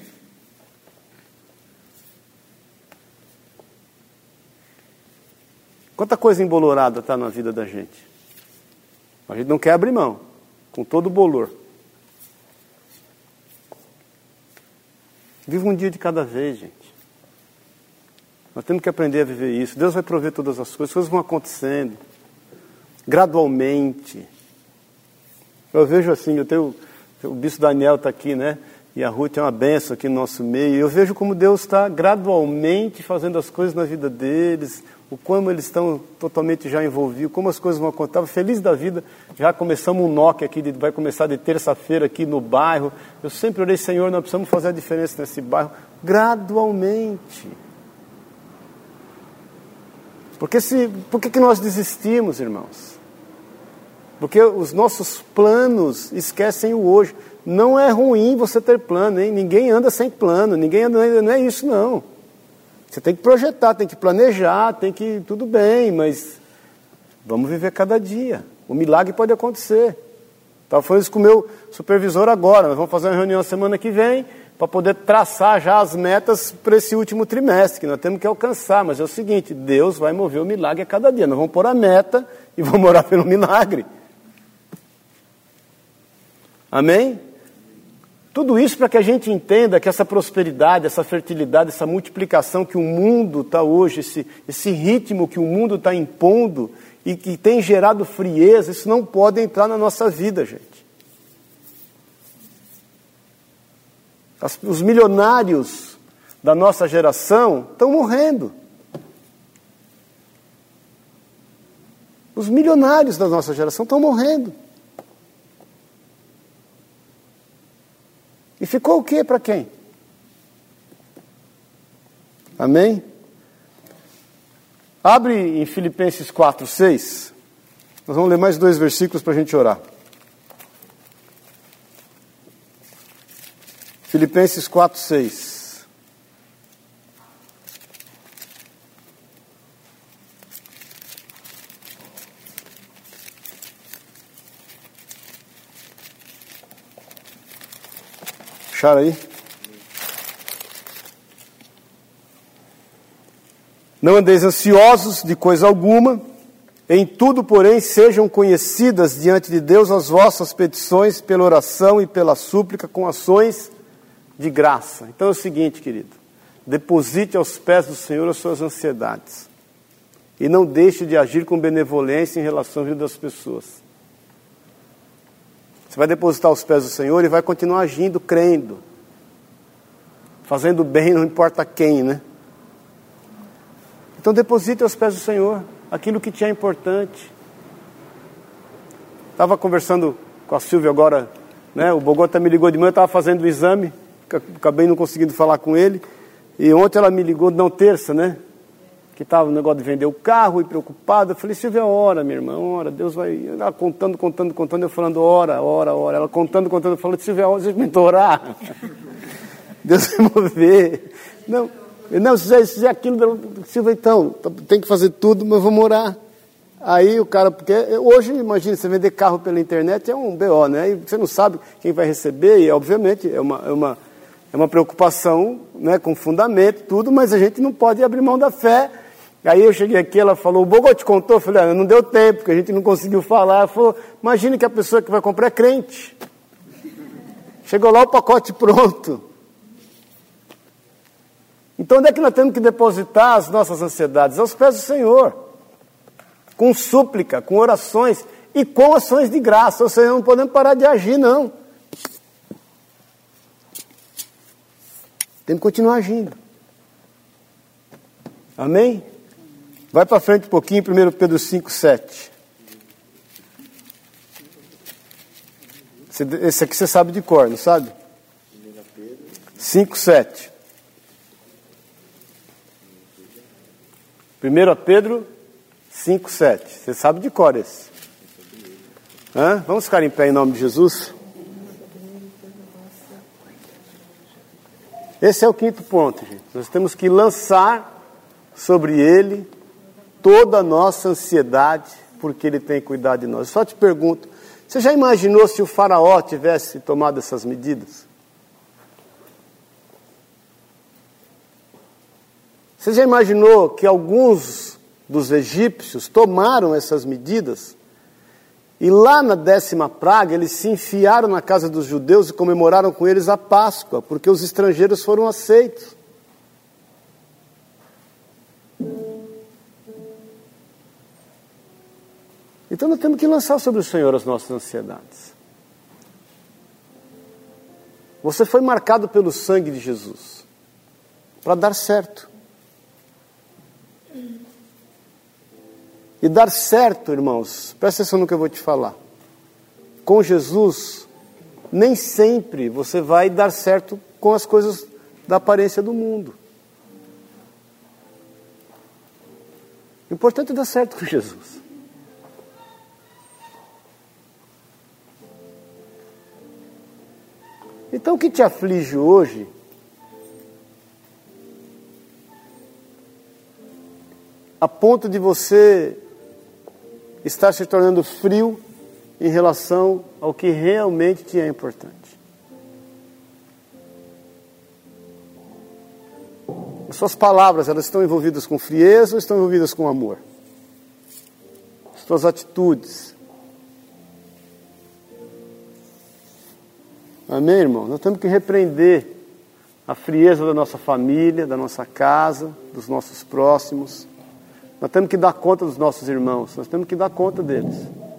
Quanta coisa embolorada está na vida da gente. A gente não quer abrir mão, com todo o bolor. Viva um dia de cada vez, gente. Nós temos que aprender a viver isso. Deus vai prover todas as coisas vão acontecendo. Gradualmente. Eu vejo assim, o bispo Daniel está aqui, né? E a Ruth é uma bênção aqui no nosso meio. Eu vejo como Deus está gradualmente fazendo as coisas na vida deles, o como eles estão totalmente já envolvidos, como as coisas vão acontecer. Estava feliz da vida, já começamos um NOC aqui, vai começar de terça-feira aqui no bairro. Eu sempre orei, Senhor, nós precisamos fazer a diferença nesse bairro, gradualmente. Por que nós desistimos, irmãos? Porque os nossos planos esquecem o hoje. Não é ruim você ter plano, hein? Ninguém anda sem plano, não é isso não. Você tem que projetar, tem que planejar, tudo bem, mas vamos viver cada dia. O milagre pode acontecer. Estava falando isso com o meu supervisor agora, nós vamos fazer uma reunião semana que vem, para poder traçar já as metas para esse último trimestre, que nós temos que alcançar, mas é o seguinte, Deus vai mover o milagre a cada dia, nós vamos pôr a meta e vamos orar pelo milagre. Amém? Tudo isso para que a gente entenda que essa prosperidade, essa fertilidade, essa multiplicação que o mundo está hoje, esse ritmo que o mundo está impondo e que tem gerado frieza, isso não pode entrar na nossa vida, gente. Os milionários da nossa geração estão morrendo. Os milionários da nossa geração estão morrendo. E ficou o quê para quem? Amém? Abre em Filipenses 4:6. Nós vamos ler mais 2 versículos para a gente orar. Filipenses 4:6. Acharam aí? Não andeis ansiosos de coisa alguma, em tudo, porém, sejam conhecidas diante de Deus as vossas petições pela oração e pela súplica com ações de graça. Então é o seguinte, querido, deposite aos pés do Senhor as suas ansiedades e não deixe de agir com benevolência em relação à vida das pessoas. Você vai depositar aos pés do Senhor e vai continuar agindo, crendo, fazendo bem, não importa quem, né? Então deposite aos pés do Senhor aquilo que te é importante. Estava conversando com a Silvia agora, né? O Bogota me ligou de manhã, eu estava fazendo o exame, acabei não conseguindo falar com ele, e ontem ela me ligou, não, terça, né? Que estava o negócio de vender o carro e preocupada. Eu falei, Silvia, ora, minha irmã, ora, Deus vai... Ela contando, eu falando, ora. Ela contando, eu falando, Silvia, você experimentou orar? Deus vai mover. Não, se fizer aquilo, Silvia, então, tem que fazer tudo, mas vamos orar. Aí o cara, porque hoje, imagina, você vender carro pela internet é um BO, né? E você não sabe quem vai receber, e obviamente é uma preocupação, né, com fundamento, tudo, mas a gente não pode abrir mão da fé. Aí eu cheguei aqui, ela falou, o Bogô te contou? Eu falei, não deu tempo, porque a gente não conseguiu falar. Ela falou, imagine que a pessoa que vai comprar é crente. Chegou lá o pacote pronto. Então onde é que nós temos que depositar as nossas ansiedades? Aos pés do Senhor. Com súplica, com orações e com ações de graça. Ou seja, não podemos parar de agir, não. Temos que continuar agindo. Amém? Vai para frente um pouquinho, 1 Pedro 5:7. Esse aqui você sabe de cor, não sabe? 5:7. 1 Pedro 5:7. Você sabe de cor esse. Vamos ficar em pé em nome de Jesus? Esse é o quinto ponto, gente. Nós temos que lançar sobre ele toda a nossa ansiedade, porque ele tem cuidado de nós. Eu só te pergunto, você já imaginou se o faraó tivesse tomado essas medidas? Você já imaginou que alguns dos egípcios tomaram essas medidas? E lá na 10ª praga, eles se enfiaram na casa dos judeus e comemoraram com eles a Páscoa, porque os estrangeiros foram aceitos. Então nós temos que lançar sobre o Senhor as nossas ansiedades. Você foi marcado pelo sangue de Jesus para dar certo. E dar certo, irmãos, presta atenção no que eu vou te falar. Com Jesus, nem sempre você vai dar certo com as coisas da aparência do mundo. O importante é dar certo com Jesus. Então o que te aflige hoje a ponto de você estar se tornando frio em relação ao que realmente te é importante? As suas palavras, elas estão envolvidas com frieza ou estão envolvidas com amor? As suas atitudes. Amém, irmão? Nós temos que repreender a frieza da nossa família, da nossa casa, dos nossos próximos. Nós temos que dar conta dos nossos irmãos, nós temos que dar conta deles.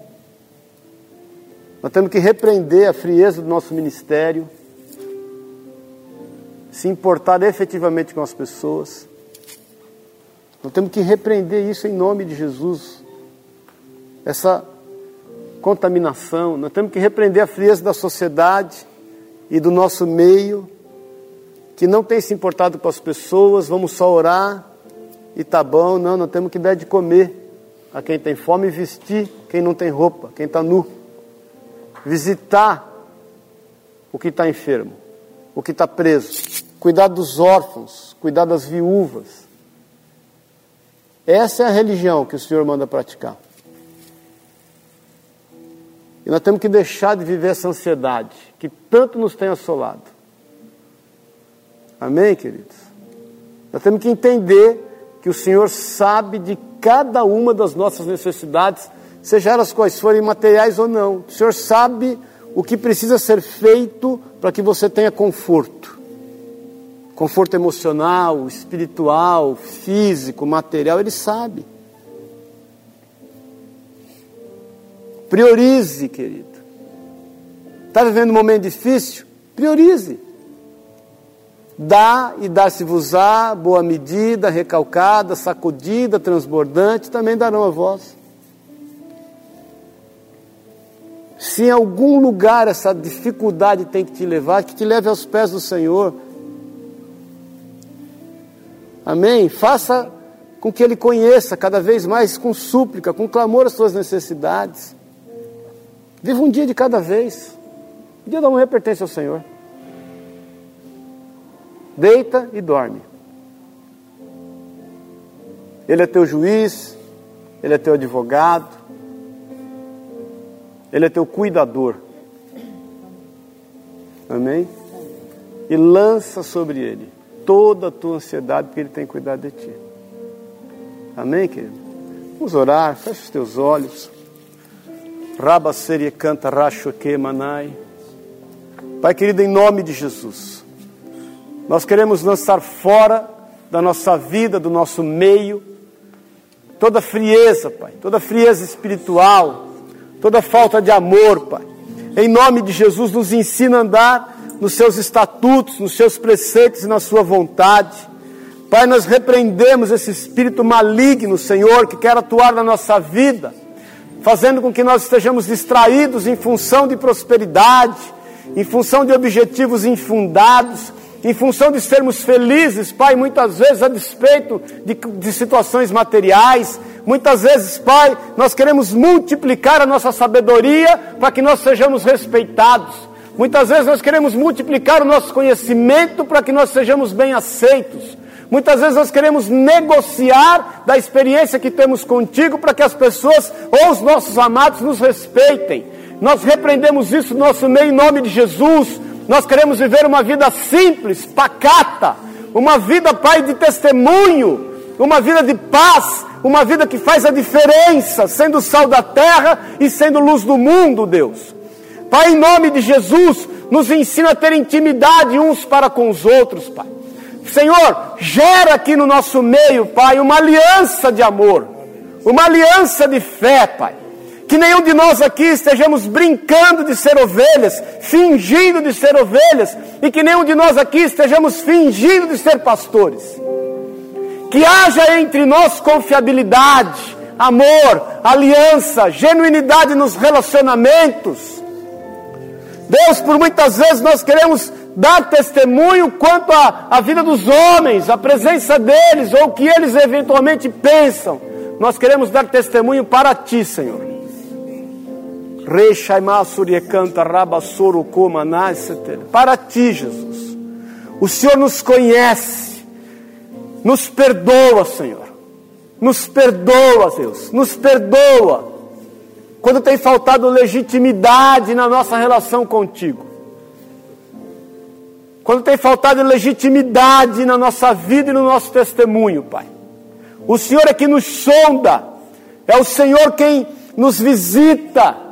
Nós temos que repreender a frieza do nosso ministério, se importar efetivamente com as pessoas. Nós temos que repreender isso em nome de Jesus. Essa contaminação, nós temos que repreender a frieza da sociedade e do nosso meio, que não tem se importado com as pessoas, vamos só orar e tá bom. Não, nós temos que dar de comer a quem tem fome e vestir quem não tem roupa, quem está nu. Visitar o que está enfermo, o que está preso, cuidar dos órfãos, cuidar das viúvas. Essa é a religião que o Senhor manda praticar. E nós temos que deixar de viver essa ansiedade que tanto nos tem assolado. Amém, queridos? Nós temos que entender que o Senhor sabe de cada uma das nossas necessidades, seja elas quais forem, materiais ou não. O Senhor sabe o que precisa ser feito para que você tenha conforto. Conforto emocional, espiritual, físico, material, Ele sabe. Priorize, querido. Está vivendo um momento difícil? Priorize. Dá e dar-se-vos-á, boa medida, recalcada, sacudida, transbordante, também darão a vós. Se em algum lugar essa dificuldade tem que te levar, que te leve aos pés do Senhor. Amém? Faça com que Ele conheça cada vez mais com súplica, com clamor as suas necessidades. Viva um dia de cada vez. O dia da manhã pertence ao Senhor. Deita e dorme. Ele é teu juiz, Ele é teu advogado, Ele é teu cuidador. Amém? E lança sobre Ele toda a tua ansiedade, porque Ele tem cuidado de ti. Amém, querido? Vamos orar, fecha os teus olhos. Raba seria canta racho que manai. Pai querido, em nome de Jesus, nós queremos lançar fora da nossa vida, do nosso meio, toda frieza, Pai, toda frieza espiritual, toda falta de amor, Pai. Em nome de Jesus, nos ensina a andar nos seus estatutos, nos seus preceitos e na sua vontade. Pai, nós repreendemos esse espírito maligno, Senhor, que quer atuar na nossa vida, fazendo com que nós estejamos distraídos em função de prosperidade, em função de objetivos infundados, em função de sermos felizes, Pai, muitas vezes a despeito de situações materiais. Muitas vezes, Pai, nós queremos multiplicar a nossa sabedoria para que nós sejamos respeitados. Muitas vezes nós queremos multiplicar o nosso conhecimento para que nós sejamos bem aceitos. Muitas vezes nós queremos negociar da experiência que temos contigo para que as pessoas ou os nossos amados nos respeitem. Nós repreendemos isso no nosso meio em nome de Jesus. Nós queremos viver uma vida simples, pacata, uma vida, Pai, de testemunho, uma vida de paz, uma vida que faz a diferença, sendo sal da terra e sendo luz do mundo, Deus. Pai, em nome de Jesus, nos ensina a ter intimidade uns para com os outros, Pai. Senhor, gera aqui no nosso meio, Pai, uma aliança de amor, uma aliança de fé, Pai. Que nenhum de nós aqui estejamos brincando de ser ovelhas, fingindo de ser ovelhas, e que nenhum de nós aqui estejamos fingindo de ser pastores. Que haja entre nós confiabilidade, amor, aliança, genuinidade nos relacionamentos. Deus, por muitas vezes nós queremos dar testemunho quanto à vida dos homens, a presença deles, ou o que eles eventualmente pensam. Nós queremos dar testemunho para Ti, Senhor. Para Ti, Jesus. O Senhor nos conhece, nos perdoa, Senhor. Nos perdoa, Deus, nos perdoa quando tem faltado legitimidade na nossa relação contigo. Quando tem faltado legitimidade na nossa vida e no nosso testemunho, Pai. O Senhor é que nos sonda, é o Senhor quem nos visita.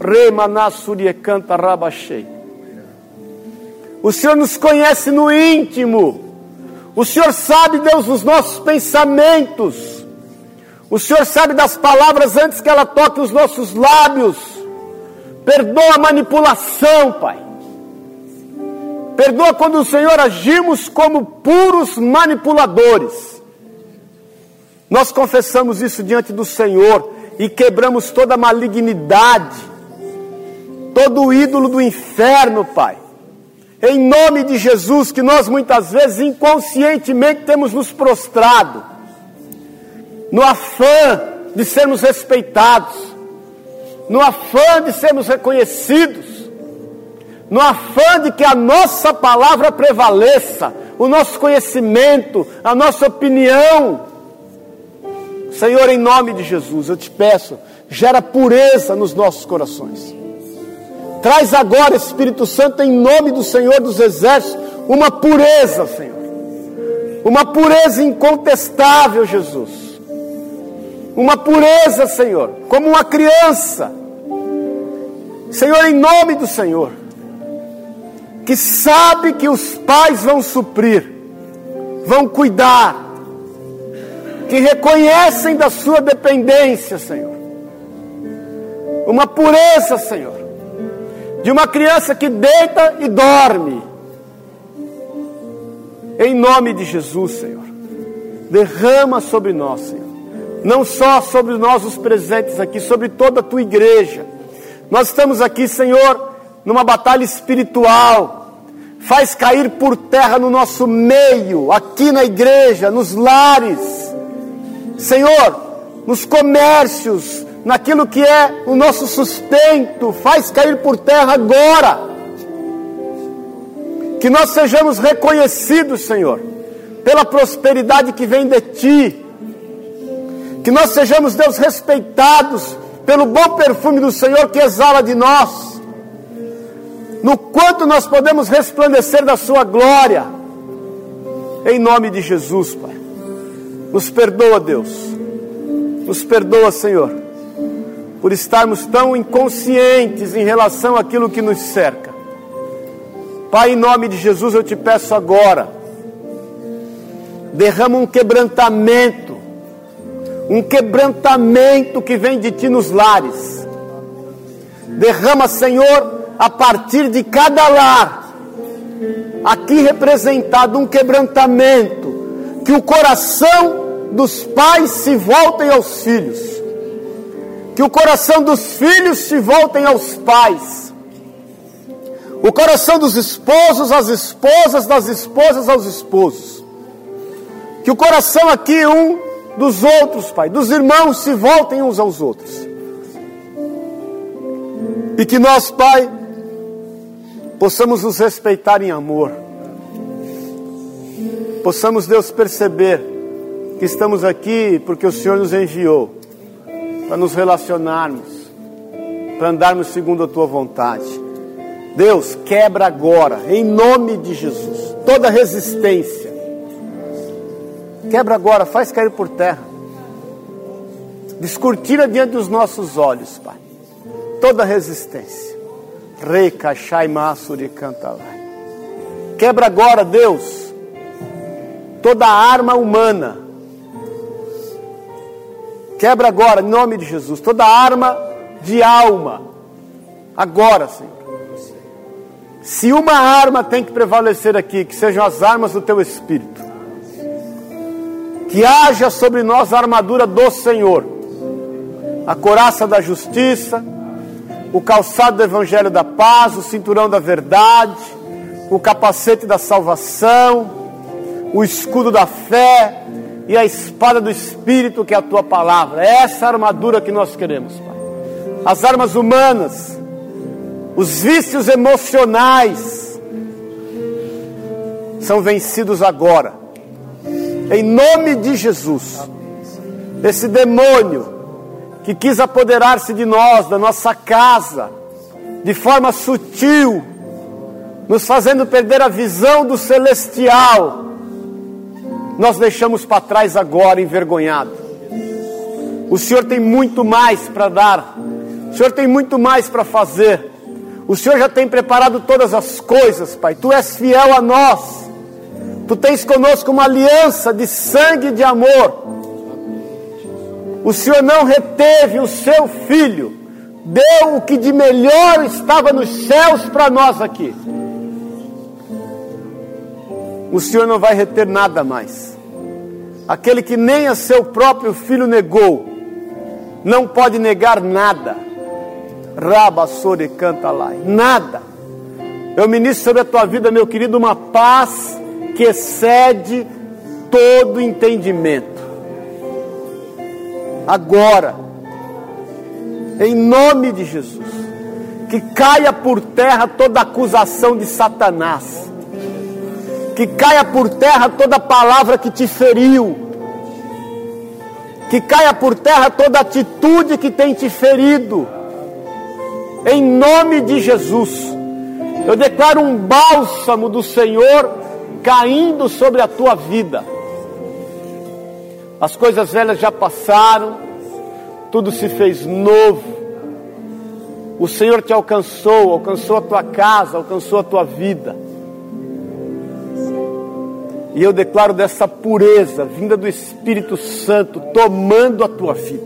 O Senhor nos conhece no íntimo. O Senhor sabe, Deus, os nossos pensamentos. O Senhor sabe das palavras antes que ela toque os nossos lábios. Perdoa a manipulação, Pai. Perdoa quando o Senhor agimos como puros manipuladores. Nós confessamos isso diante do Senhor e quebramos toda a malignidade, todo o ídolo do inferno, Pai. Em nome de Jesus, que nós muitas vezes inconscientemente temos nos prostrado, no afã de sermos respeitados, no afã de sermos reconhecidos, no afã de que a nossa palavra prevaleça, o nosso conhecimento, a nossa opinião. Senhor, em nome de Jesus, eu te peço, gera pureza nos nossos corações. Traz agora, Espírito Santo, em nome do Senhor dos Exércitos, uma pureza, Senhor. Uma pureza incontestável, Jesus. Uma pureza, Senhor, como uma criança. Senhor, em nome do Senhor, que sabe que os pais vão suprir, vão cuidar, que reconhecem da sua dependência, Senhor. Uma pureza, Senhor, de uma criança que deita e dorme. Em nome de Jesus, Senhor, derrama sobre nós, Senhor, não só sobre nós os presentes aqui, sobre toda a tua igreja. Nós estamos aqui, Senhor, numa batalha espiritual. Faz cair por terra no nosso meio, aqui na igreja, nos lares, Senhor, nos comércios, naquilo que é o nosso sustento. Faz cair por terra agora. Que nós sejamos reconhecidos, Senhor, pela prosperidade que vem de Ti. Que nós sejamos, Deus, respeitados pelo bom perfume do Senhor que exala de nós. No quanto nós podemos resplandecer da Sua glória. Em nome de Jesus, Pai. Nos perdoa, Deus. Nos perdoa, Senhor, por estarmos tão inconscientes em relação àquilo que nos cerca. Pai, em nome de Jesus, eu te peço agora, derrama um quebrantamento que vem de Ti nos lares. Derrama, Senhor, a partir de cada lar, aqui representado, um quebrantamento, que o coração dos pais se voltem aos filhos, que o coração dos filhos se voltem aos pais, o coração dos esposos às esposas, das esposas aos esposos, que o coração aqui um dos outros, Pai, dos irmãos se voltem uns aos outros, e que nós, Pai, possamos nos respeitar em amor, possamos, Deus, perceber que estamos aqui porque o Senhor nos enviou para nos relacionarmos, para andarmos segundo a Tua vontade. Deus, quebra agora, em nome de Jesus, toda resistência. Quebra agora, faz cair por terra. Descortina diante dos nossos olhos, Pai, toda resistência. Quebra agora, Deus, toda arma humana. Quebra agora, em nome de Jesus, toda arma de alma. Agora, Senhor. Se uma arma tem que prevalecer aqui, que sejam as armas do Teu Espírito. Que haja sobre nós a armadura do Senhor. A couraça da justiça, o calçado do Evangelho da paz, o cinturão da verdade, o capacete da salvação, o escudo da fé e a espada do Espírito, que é a Tua palavra. É essa armadura que nós queremos, Pai. As armas humanas, os vícios emocionais são vencidos agora, em nome de Jesus. Esse demônio que quis apoderar-se de nós, da nossa casa, de forma sutil, nos fazendo perder a visão do celestial, nós deixamos para trás agora, envergonhado. O Senhor tem muito mais para dar, o Senhor tem muito mais para fazer. O Senhor já tem preparado todas as coisas, Pai. Tu és fiel a nós. Tu tens conosco uma aliança de sangue e de amor. O Senhor não reteve o Seu Filho. Deu o que de melhor estava nos céus para nós aqui. O Senhor não vai reter nada mais. Aquele que nem a Seu próprio Filho negou, não pode negar nada. Rabassore canta lá, nada. Eu ministro sobre a tua vida, meu querido, uma paz que excede todo entendimento. Agora, em nome de Jesus, Que caia por terra toda acusação de Satanás. Que caia por terra toda palavra que te feriu. Que caia por terra toda atitude que tem te ferido. Em nome de Jesus, eu declaro um bálsamo do Senhor caindo sobre a tua vida. As coisas velhas já passaram, tudo se fez novo. O Senhor te alcançou a tua casa, alcançou a tua vida. E eu declaro dessa pureza, vinda do Espírito Santo, tomando a tua vida.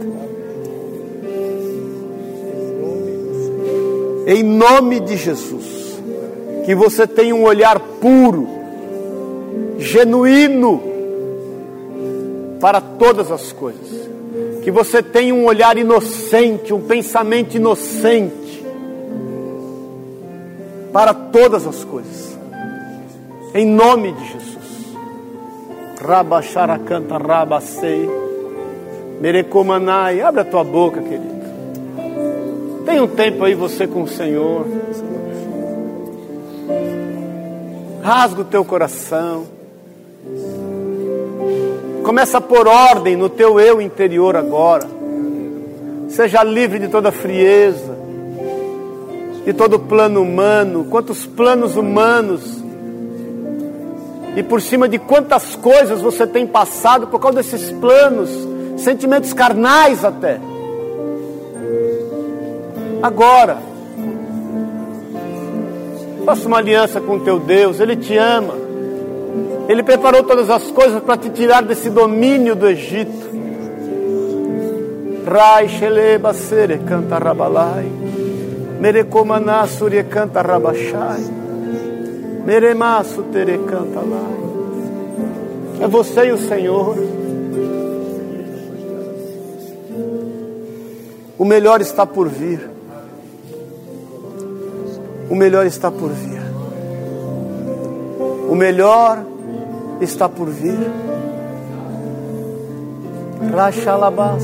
Em nome de Jesus, que você tenha um olhar puro, genuíno, para todas as coisas. Que você tenha um olhar inocente, um pensamento inocente, para todas as coisas. Em nome de Jesus. Rabaxaracanta rabacei. Merecomanai. Abre a tua boca, querido. Tem um tempo aí você com o Senhor. Rasga o teu coração. Começa a pôr ordem no teu eu interior agora. Seja livre de toda frieza, de todo plano humano. Quantos planos humanos e por cima de quantas coisas você tem passado por causa desses planos, sentimentos carnais até. Agora, faça uma aliança com o teu Deus. Ele te ama. Ele preparou todas as coisas para te tirar desse domínio do Egito. Rai sheleba sere canta rabalai. Merecomaná surie canta rabachai. Meremaço tere canta lai. É você e o Senhor. O melhor está por vir. O melhor está por vir. O melhor está por vir. Rachalabás.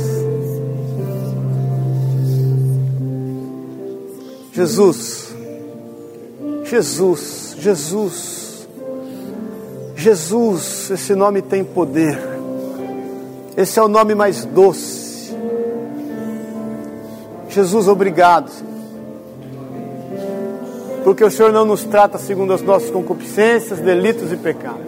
Jesus, Jesus, Jesus, Jesus, esse nome tem poder. Esse é o nome mais doce. Jesus, obrigado, porque o Senhor não nos trata segundo as nossas concupiscências, delitos e pecados.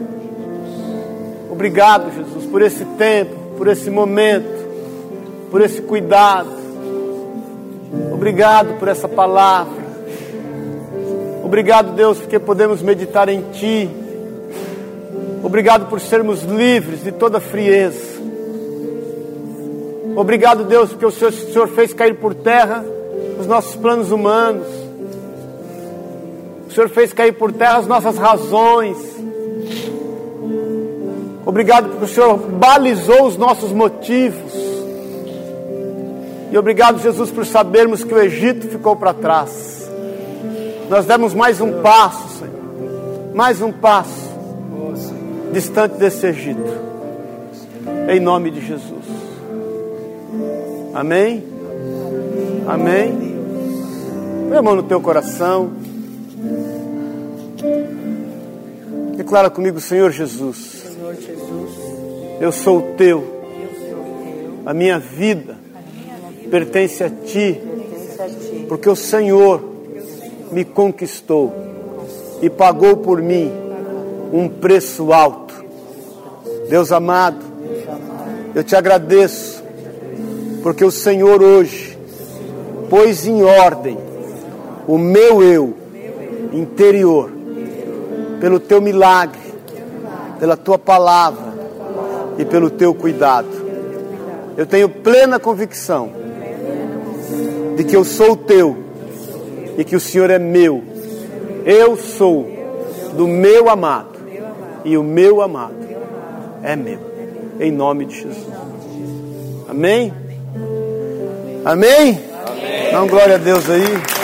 Obrigado, Jesus, por esse tempo, por esse momento, por esse cuidado. Obrigado por essa palavra. Obrigado, Deus, porque podemos meditar em Ti. Obrigado por sermos livres de toda frieza. Obrigado, Deus, porque o Senhor fez cair por terra os nossos planos humanos. O Senhor fez cair por terra as nossas razões. Obrigado porque o Senhor balizou os nossos motivos. E obrigado, Jesus, por sabermos que o Egito ficou para trás. Nós demos mais um passo, Senhor. Mais um passo distante desse Egito. Em nome de Jesus. Amém? Amém? Põe a mão no teu coração. Declara comigo, Senhor Jesus. Senhor Jesus, Eu sou o teu. A minha vida pertence a Ti. pertence a Ti. Porque o Senhor me conquistou e pagou por mim um preço alto. Deus amado, eu te agradeço, porque o Senhor hoje pôs em ordem o meu eu interior, pelo teu milagre, pela tua palavra e pelo teu cuidado. Eu tenho plena convicção de que eu sou o teu e que o Senhor é meu. Eu sou do meu amado e o meu amado é meu. Em nome de Jesus. Amém? Amém? Amém. Dá uma glória a Deus aí.